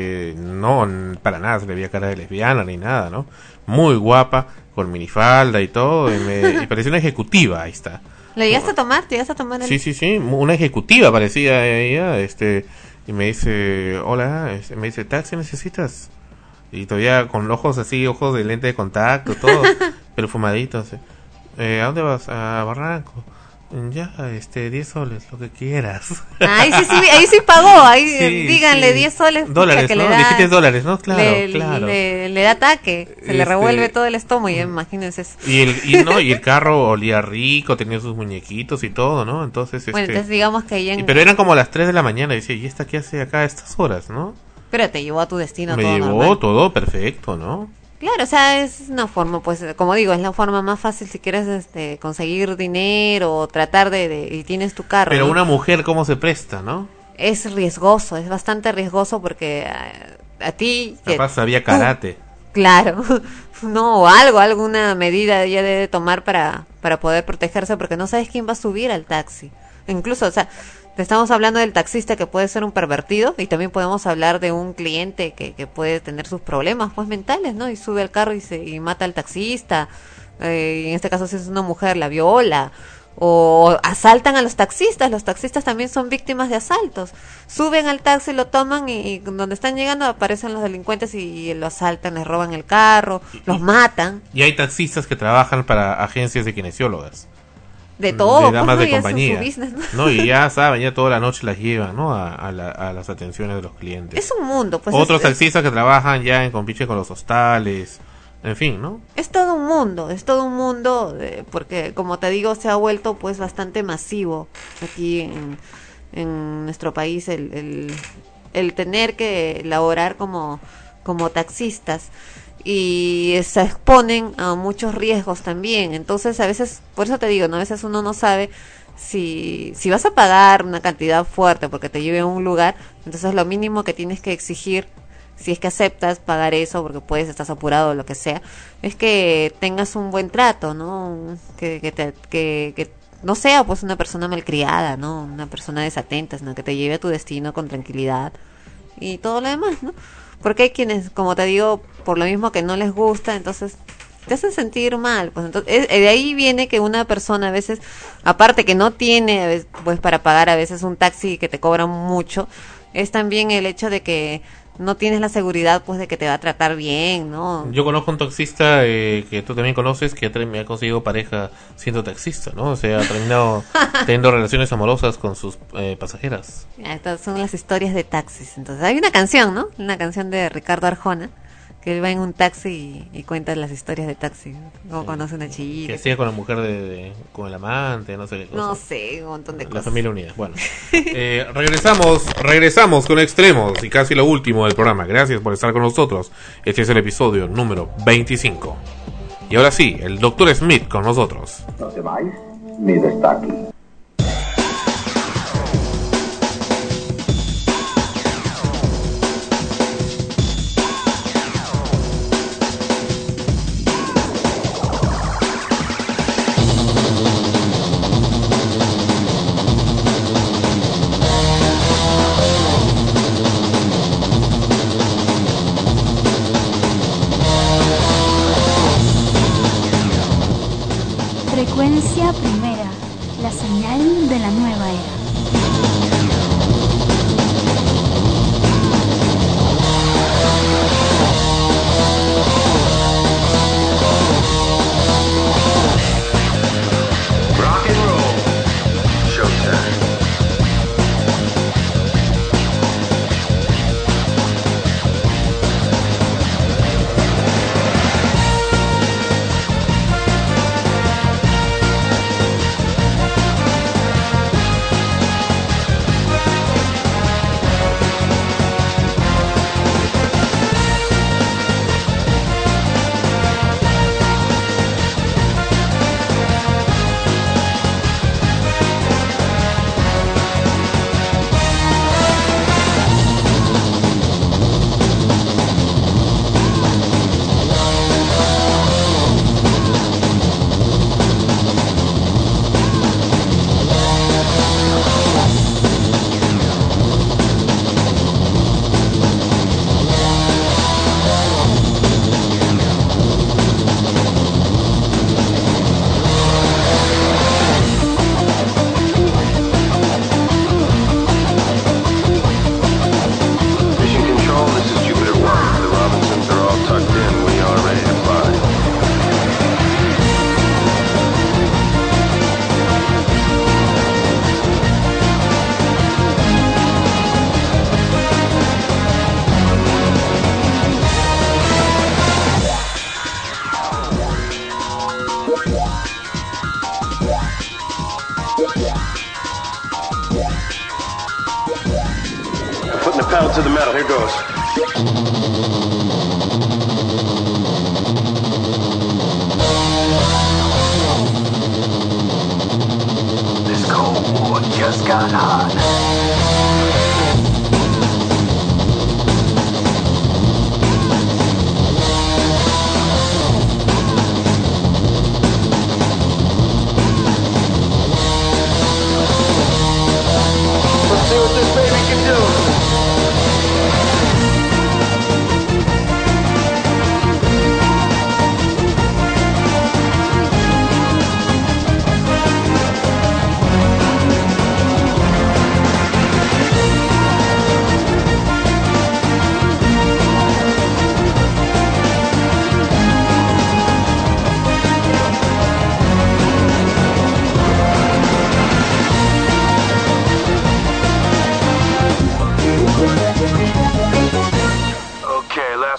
No, para nada se le veía cara de lesbiana ni nada, ¿no? Muy guapa, con minifalda y todo. Y parecía una ejecutiva, ahí está. ¿Le llegaste a tomar? ¿Te llegaste a tomar? Sí. Una ejecutiva parecía ella, y me dice, hola, me dice, ¿taxi necesitas? Y todavía con ojos así, ojos de lente de contacto, todo, perfumaditos. ¿A dónde vas? A Barranco. Ya, 10 soles, lo que quieras. Ahí sí pagó, sí, díganle sí. 10 soles. Dólares, ¿no? Dijiste dólares, ¿no? Claro, claro. Le da ataque, se le revuelve todo el estómago, y imagínense eso. Y el carro olía rico, tenía sus muñequitos y todo, ¿no? Entonces, bueno, entonces digamos que pero eran como las 3 de la mañana, y decía, ¿y esta qué hace acá a estas horas, no? Pero te llevó a tu destino. Me todo llevó normal. todo perfecto, ¿no? Claro, o sea, es una forma, pues, como digo, es la forma más fácil si quieres conseguir dinero o tratar y tienes tu carro. Pero ¿no? Una mujer, ¿cómo se presta, no? Es riesgoso, es bastante riesgoso porque a ti... Capaz sabía karate. Claro, no, o alguna medida ella debe tomar para poder protegerse, porque no sabes quién va a subir al taxi. Incluso, o sea, te estamos hablando del taxista que puede ser un pervertido, y también podemos hablar de un cliente que puede tener sus problemas pues mentales, ¿no? Y sube al carro y mata al taxista, y en este caso si es una mujer la viola, o asaltan a los taxistas también son víctimas de asaltos, suben al taxi, lo toman y donde están llegando aparecen los delincuentes y lo asaltan, les roban el carro, los matan. Y hay taxistas que trabajan para agencias de kinesiólogas, de todo, de damas pues, de ¿no? compañía, Su business, ¿no? Y ya saben, ya toda la noche las llevan, ¿no? A las atenciones de los clientes. Es un mundo, pues. Otros taxistas que trabajan ya en compinche con los hostales, en fin, ¿no? Es todo un mundo, porque como te digo, se ha vuelto pues bastante masivo aquí en nuestro país el tener que laborar como taxistas, y se exponen a muchos riesgos también. Entonces a veces, por eso te digo, ¿no? A veces uno no sabe si vas a pagar una cantidad fuerte porque te lleve a un lugar, entonces lo mínimo que tienes que exigir, si es que aceptas pagar eso, porque puedes, estás apurado o lo que sea, es que tengas un buen trato, ¿no? Que no sea pues una persona malcriada, ¿no? Una persona desatenta, sino que te lleve a tu destino con tranquilidad y todo lo demás, ¿no? Porque hay quienes, como te digo, por lo mismo que no les gusta, entonces te hacen sentir mal, pues entonces de ahí viene que una persona a veces, aparte que no tiene pues para pagar a veces un taxi que te cobra mucho, es también el hecho de que no tienes la seguridad pues de que te va a tratar bien, ¿no? Yo conozco un taxista que tú también conoces, que me ha conseguido pareja siendo taxista, ¿no? O sea, ha terminado teniendo relaciones amorosas con sus pasajeras. Estas son las historias de taxis. Entonces hay una canción, ¿no? Una canción de Ricardo Arjona, que él va en un taxi y cuenta las historias de taxi, cómo conoce una chica, que hacía con la mujer con el amante, no sé qué cosa. No sé, un montón de cosas. La familia unida. Bueno, regresamos con Extremos y casi lo último del programa. Gracias por estar con nosotros. Este es el episodio número 25. Y ahora sí, el Dr. Smith con nosotros. Los demás, Smith está aquí. Frecuencia primera, la señal de la nueva era. Rock and roll. Showtime. Putting the pedal to the metal. Here goes. This Cold War just got hot.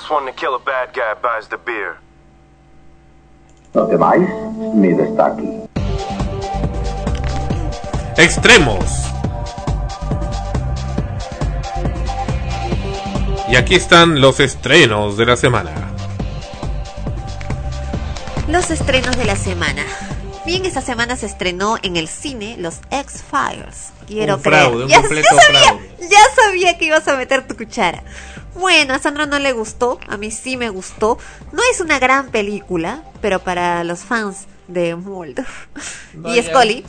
last one to kill a bad guy buys the beer. No temáis, Mid está aquí. Extremos. Y aquí están los estrenos de la semana. Los estrenos de la semana. Bien, esta semana se estrenó en el cine Los X-Files. Quiero creer. Un completo fraude. Ya sabía que ibas a meter tu cuchara. Bueno, a Sandro no le gustó, a mí sí me gustó. No es una gran película, pero para los fans de Mulder y Scully,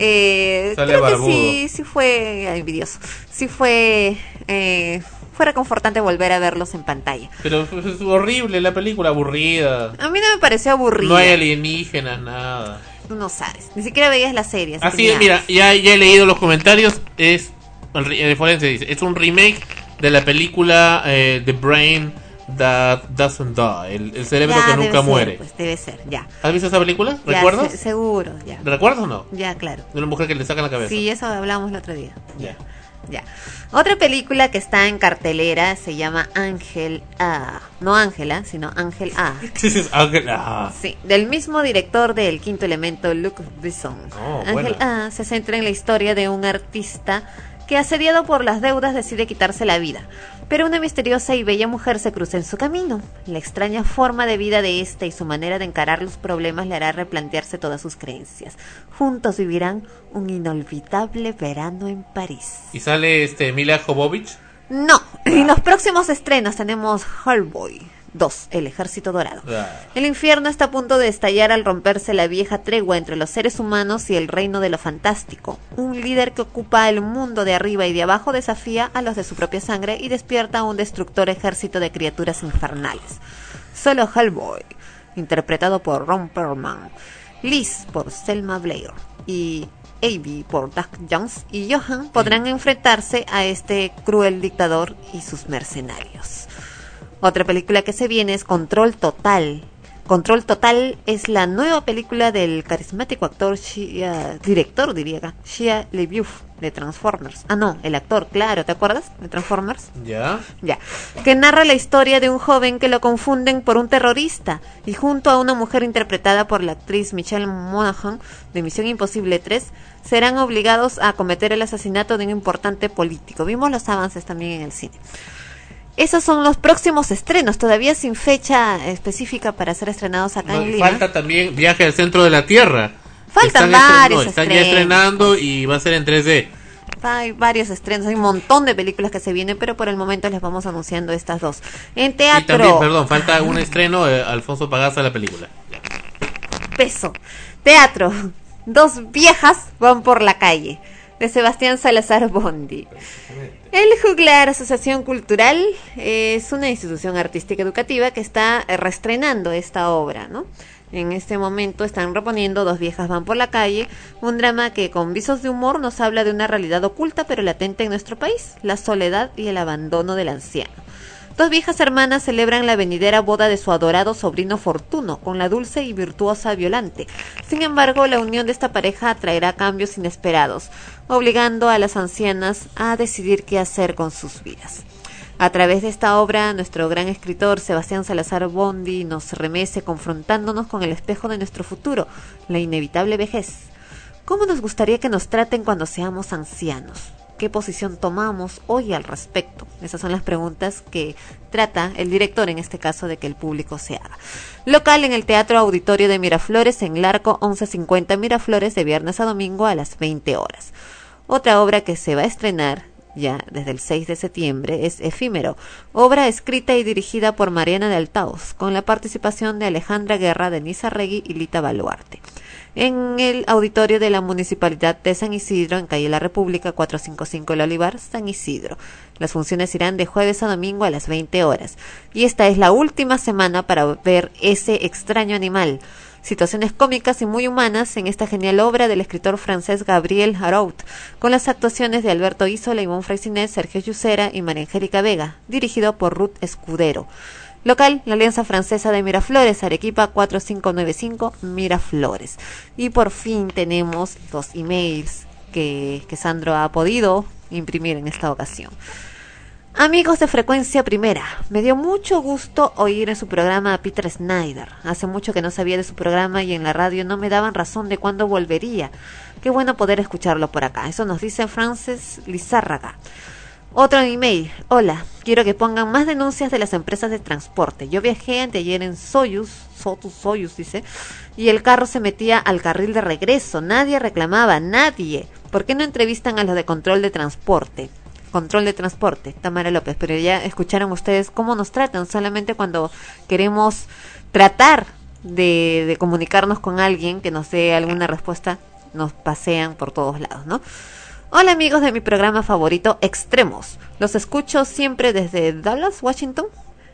creo que sí fue envidioso. Sí fue reconfortante volver a verlos en pantalla. Pero es horrible la película, aburrida. A mí no me pareció aburrida. No hay alienígenas, nada. Tú no sabes, ni siquiera veías la serie. Así es, mira, ya he leído los comentarios. Es el forense dice, es un remake de la película The Brain That Doesn't Die, el cerebro ya, que nunca muere. Pues debe ser, ya. ¿Has visto esa película? Ya, ¿Recuerdas? Seguro, ya. ¿Recuerdas o no? Ya, claro. De una mujer que le sacan la cabeza. Sí, eso hablamos el otro día. Ya. Otra película que está en cartelera se llama Ángel A. No Ángela, sino Ángel A. Ángel A. Sí, del mismo director de El Quinto Elemento, Luc Besson. Ángel A se centra en la historia de un artista que, asediado por las deudas, decide quitarse la vida. Pero una misteriosa y bella mujer se cruza en su camino. La extraña forma de vida de esta y su manera de encarar los problemas le hará replantearse todas sus creencias. Juntos vivirán un inolvidable verano en París. ¿Y sale Mila Jovovich? No, en los próximos estrenos tenemos Hellboy 2, El Ejército Dorado. El infierno está a punto de estallar al romperse la vieja tregua entre los seres humanos y el reino de lo fantástico. Un líder que ocupa el mundo de arriba y de abajo desafía a los de su propia sangre y despierta a un destructor ejército de criaturas infernales. Solo Hellboy, interpretado por Ron Perlman, Liz por Selma Blair y Abby por Doug Jones y Johan podrán enfrentarse a este cruel dictador y sus mercenarios. Otra película que se viene es Control Total. Control Total es la nueva película del carismático actor director Shia LaBeouf de Transformers. Ah, no, el actor, claro, ¿te acuerdas de Transformers? Ya. Que narra la historia de un joven que lo confunden por un terrorista y junto a una mujer interpretada por la actriz Michelle Monaghan de Misión Imposible 3 serán obligados a cometer el asesinato de un importante político. Vimos los avances también en el cine. Esos son los próximos estrenos, todavía sin fecha específica para ser estrenados acá en Lima. Falta también Viaje al Centro de la Tierra. Faltan varios estrenos. Están ya estrenando y va a ser en 3D. Hay varios estrenos, hay un montón de películas que se vienen, pero por el momento les vamos anunciando estas dos. En teatro... Y también, falta un estreno, Alfonso Pagaza, la película. Peso. Teatro. Dos viejas van por la calle, de Sebastián Salazar Bondi. El Juglar Asociación Cultural es una institución artística educativa que está reestrenando esta obra, ¿no? En este momento están reponiendo Dos viejas van por la calle, un drama que con visos de humor nos habla de una realidad oculta pero latente en nuestro país, la soledad y el abandono del anciano. Dos viejas hermanas celebran la venidera boda de su adorado sobrino Fortuno con la dulce y virtuosa Violante. Sin embargo, la unión de esta pareja traerá cambios inesperados, obligando a las ancianas a decidir qué hacer con sus vidas. A través de esta obra, nuestro gran escritor Sebastián Salazar Bondi nos remece confrontándonos con el espejo de nuestro futuro, la inevitable vejez. ¿Cómo nos gustaría que nos traten cuando seamos ancianos? ¿Qué posición tomamos hoy al respecto? Esas son las preguntas que trata el director, en este caso, de que el público se haga. Local en el Teatro Auditorio de Miraflores, en Larco 1150 Miraflores, de viernes a domingo a las 20 horas. Otra obra que se va a estrenar ya desde el 6 de septiembre es Efímero, obra escrita y dirigida por Mariana de Altaos, con la participación de Alejandra Guerra, Denise Arregui y Lita Baluarte. En el auditorio de la Municipalidad de San Isidro, en calle La República 455 El Olivar, San Isidro. Las funciones irán de jueves a domingo a las 20 horas. Y esta es la última semana para ver Ese extraño animal. Situaciones cómicas y muy humanas en esta genial obra del escritor francés Gabriel Haraut, con las actuaciones de Alberto Isola, Ivonne Freycinet, Sergio Yusera y María Angélica Vega, dirigido por Ruth Escudero. Local, la Alianza Francesa de Miraflores, Arequipa 4595 Miraflores. Y por fin tenemos los emails que Sandro ha podido imprimir en esta ocasión. Amigos de Frecuencia Primera, me dio mucho gusto oír en su programa a Peter Snyder. Hace mucho que no sabía de su programa y en la radio no me daban razón de cuándo volvería. Qué bueno poder escucharlo por acá. Eso nos dice Frances Lizárraga. Otro email. Hola, quiero que pongan más denuncias de las empresas de transporte. Yo viajé anteayer en Soyuz dice, y el carro se metía al carril de regreso. Nadie reclamaba, nadie. ¿Por qué no entrevistan a los de control de transporte? Control de transporte, Tamara López, pero ya escucharon ustedes cómo nos tratan, solamente cuando queremos tratar de comunicarnos con alguien que nos dé alguna respuesta, nos pasean por todos lados, ¿no? Hola amigos de mi programa favorito, Extremos, los escucho siempre desde Dallas, Washington,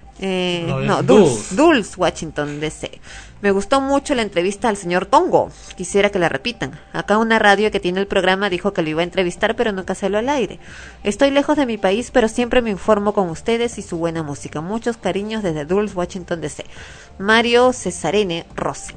Dulce, Washington, D.C. Me gustó mucho la entrevista al señor Tongo. Quisiera que la repitan. Acá una radio que tiene el programa dijo que lo iba a entrevistar, pero nunca salió al aire. Estoy lejos de mi país, pero siempre me informo con ustedes y su buena música. Muchos cariños desde Dulce, Washington, D.C. Mario Cesarene Rossi.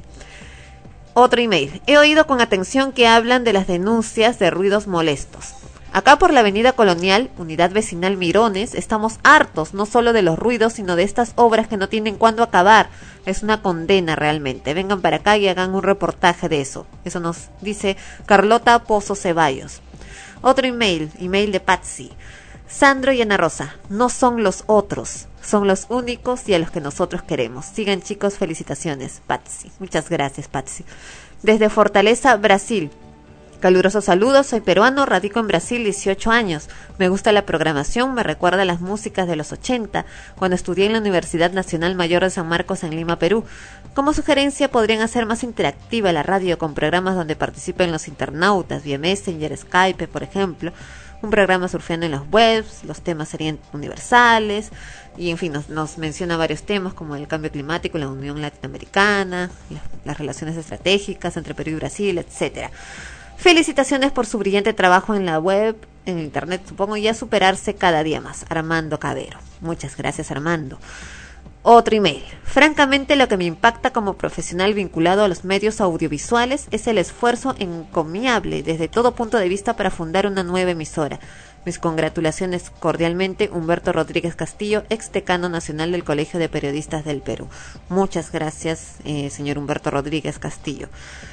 Otro email. He oído con atención que hablan de las denuncias de ruidos molestos. Acá por la avenida Colonial, unidad vecinal Mirones, estamos hartos no solo de los ruidos, sino de estas obras que no tienen cuándo acabar. Es una condena realmente. Vengan para acá y hagan un reportaje de eso. Eso nos dice Carlota Pozo Ceballos. Otro email de Patsy. Sandro y Ana Rosa, no son los otros, son los únicos y a los que nosotros queremos. Sigan chicos, felicitaciones, Patsy. Muchas gracias, Patsy. Desde Fortaleza, Brasil. Calurosos saludos, soy peruano, radico en Brasil 18 años. Me gusta la programación, me recuerda a las músicas de los 80, cuando estudié en la Universidad Nacional Mayor de San Marcos en Lima, Perú. Como sugerencia, podrían hacer más interactiva la radio con programas donde participen los internautas, vía Messenger, Skype, por ejemplo. Un programa surfeando en los webs, los temas serían universales, y en fin, nos menciona varios temas como el cambio climático, la Unión Latinoamericana, las relaciones estratégicas entre Perú y Brasil, etcétera. Felicitaciones por su brillante trabajo en la web, en internet, supongo, y a superarse cada día más. Armando Cabero. Muchas gracias, Armando. Otro email. Francamente, lo que me impacta como profesional vinculado a los medios audiovisuales es el esfuerzo encomiable desde todo punto de vista para fundar una nueva emisora. Mis congratulaciones cordialmente, Humberto Rodríguez Castillo, ex decano nacional del Colegio de Periodistas del Perú. Muchas gracias, señor Humberto Rodríguez Castillo.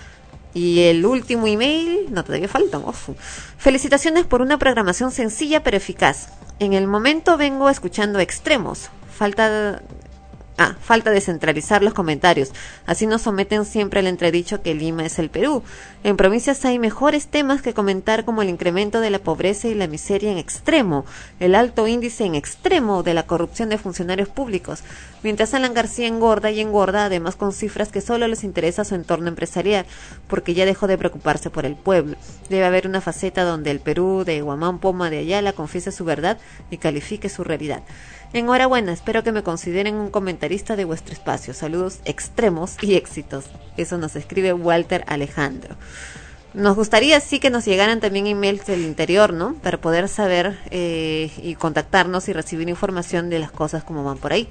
Y el último email, no, todavía faltan. Felicitaciones por una programación sencilla pero eficaz. En el momento vengo escuchando Extremos. Falta descentralizar los comentarios. Así nos someten siempre al entredicho que Lima es el Perú. En provincias hay mejores temas que comentar, como el incremento de la pobreza y la miseria en extremo, el alto índice en extremo de la corrupción de funcionarios públicos, mientras Alan García engorda y engorda, además con cifras que solo les interesa su entorno empresarial, porque ya dejó de preocuparse por el pueblo. Debe haber una faceta donde el Perú de Guamán Poma de Ayala confiese su verdad y califique su realidad. Enhorabuena, espero que me consideren un comentarista de vuestro espacio. Saludos extremos y éxitos. Eso nos escribe Walter Alejandro. Nos gustaría sí que nos llegaran también emails del interior, ¿no? Para poder saber y contactarnos y recibir información de las cosas como van por ahí.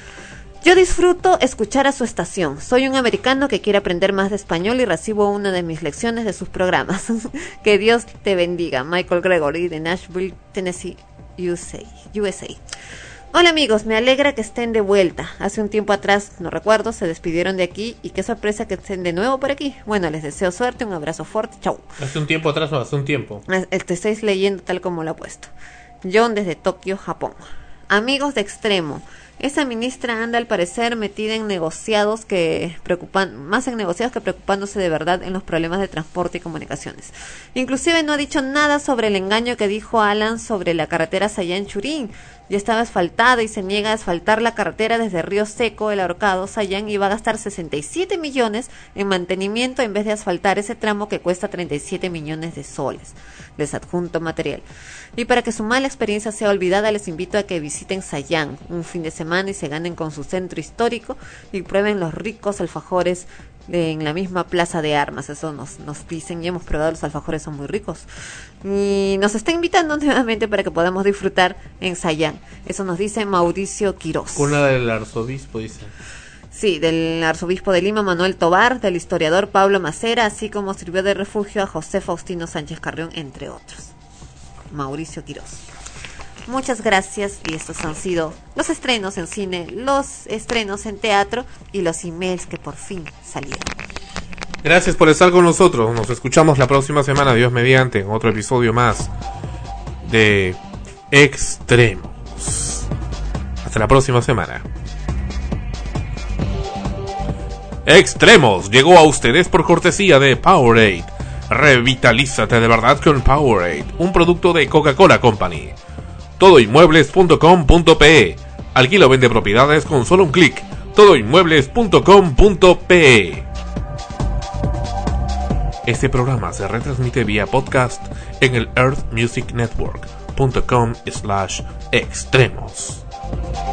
Yo disfruto escuchar a su estación. Soy un americano que quiere aprender más de español y recibo una de mis lecciones de sus programas. Que Dios te bendiga. Michael Gregory de Nashville, Tennessee, USA. Hola amigos, me alegra que estén de vuelta. Hace un tiempo atrás, no recuerdo, se despidieron de aquí y qué sorpresa que estén de nuevo por aquí. Bueno, les deseo suerte, un abrazo fuerte, chau. Hace un tiempo atrás, no, hace un tiempo. Te estáis leyendo tal como lo ha puesto. John desde Tokio, Japón. Amigos de Extremo, esa ministra anda al parecer metida en negociados que más en negociados que preocupándose de verdad en los problemas de transporte y comunicaciones. Inclusive no ha dicho nada sobre el engaño que dijo Alan sobre la carretera Sayán-Churín. Ya estaba asfaltada y se niega a asfaltar la carretera desde Río Seco, El Ahorcado, Sayán, y va a gastar 67 millones en mantenimiento en vez de asfaltar ese tramo que cuesta 37 millones de soles. Les adjunto material. Y para que su mala experiencia sea olvidada, les invito a que visiten Sayán un fin de semana y se ganen con su centro histórico y prueben los ricos alfajores en la misma plaza de armas. Eso nos dicen y hemos probado, los alfajores son muy ricos. Y nos está invitando nuevamente para que podamos disfrutar en Sayán. Eso nos dice Mauricio Quirós. Una del arzobispo, dice. Sí, del arzobispo de Lima, Manuel Tobar, del historiador Pablo Macera, así como sirvió de refugio a José Faustino Sánchez Carrión, entre otros. Mauricio Quirós. Muchas gracias, y estos han sido los estrenos en cine, los estrenos en teatro y los emails que por fin salieron. Gracias por estar con nosotros. Nos escuchamos la próxima semana, Dios mediante, en otro episodio más de Extremos. Hasta la próxima semana. Extremos llegó a ustedes por cortesía de Powerade. Revitalízate de verdad con Powerade, un producto de Coca-Cola Company. Todoinmuebles.com.pe. Alquila o vende propiedades con solo un clic. Todoinmuebles.com.pe. Este programa se retransmite vía podcast en el earthmusicnetwork.com/extremos.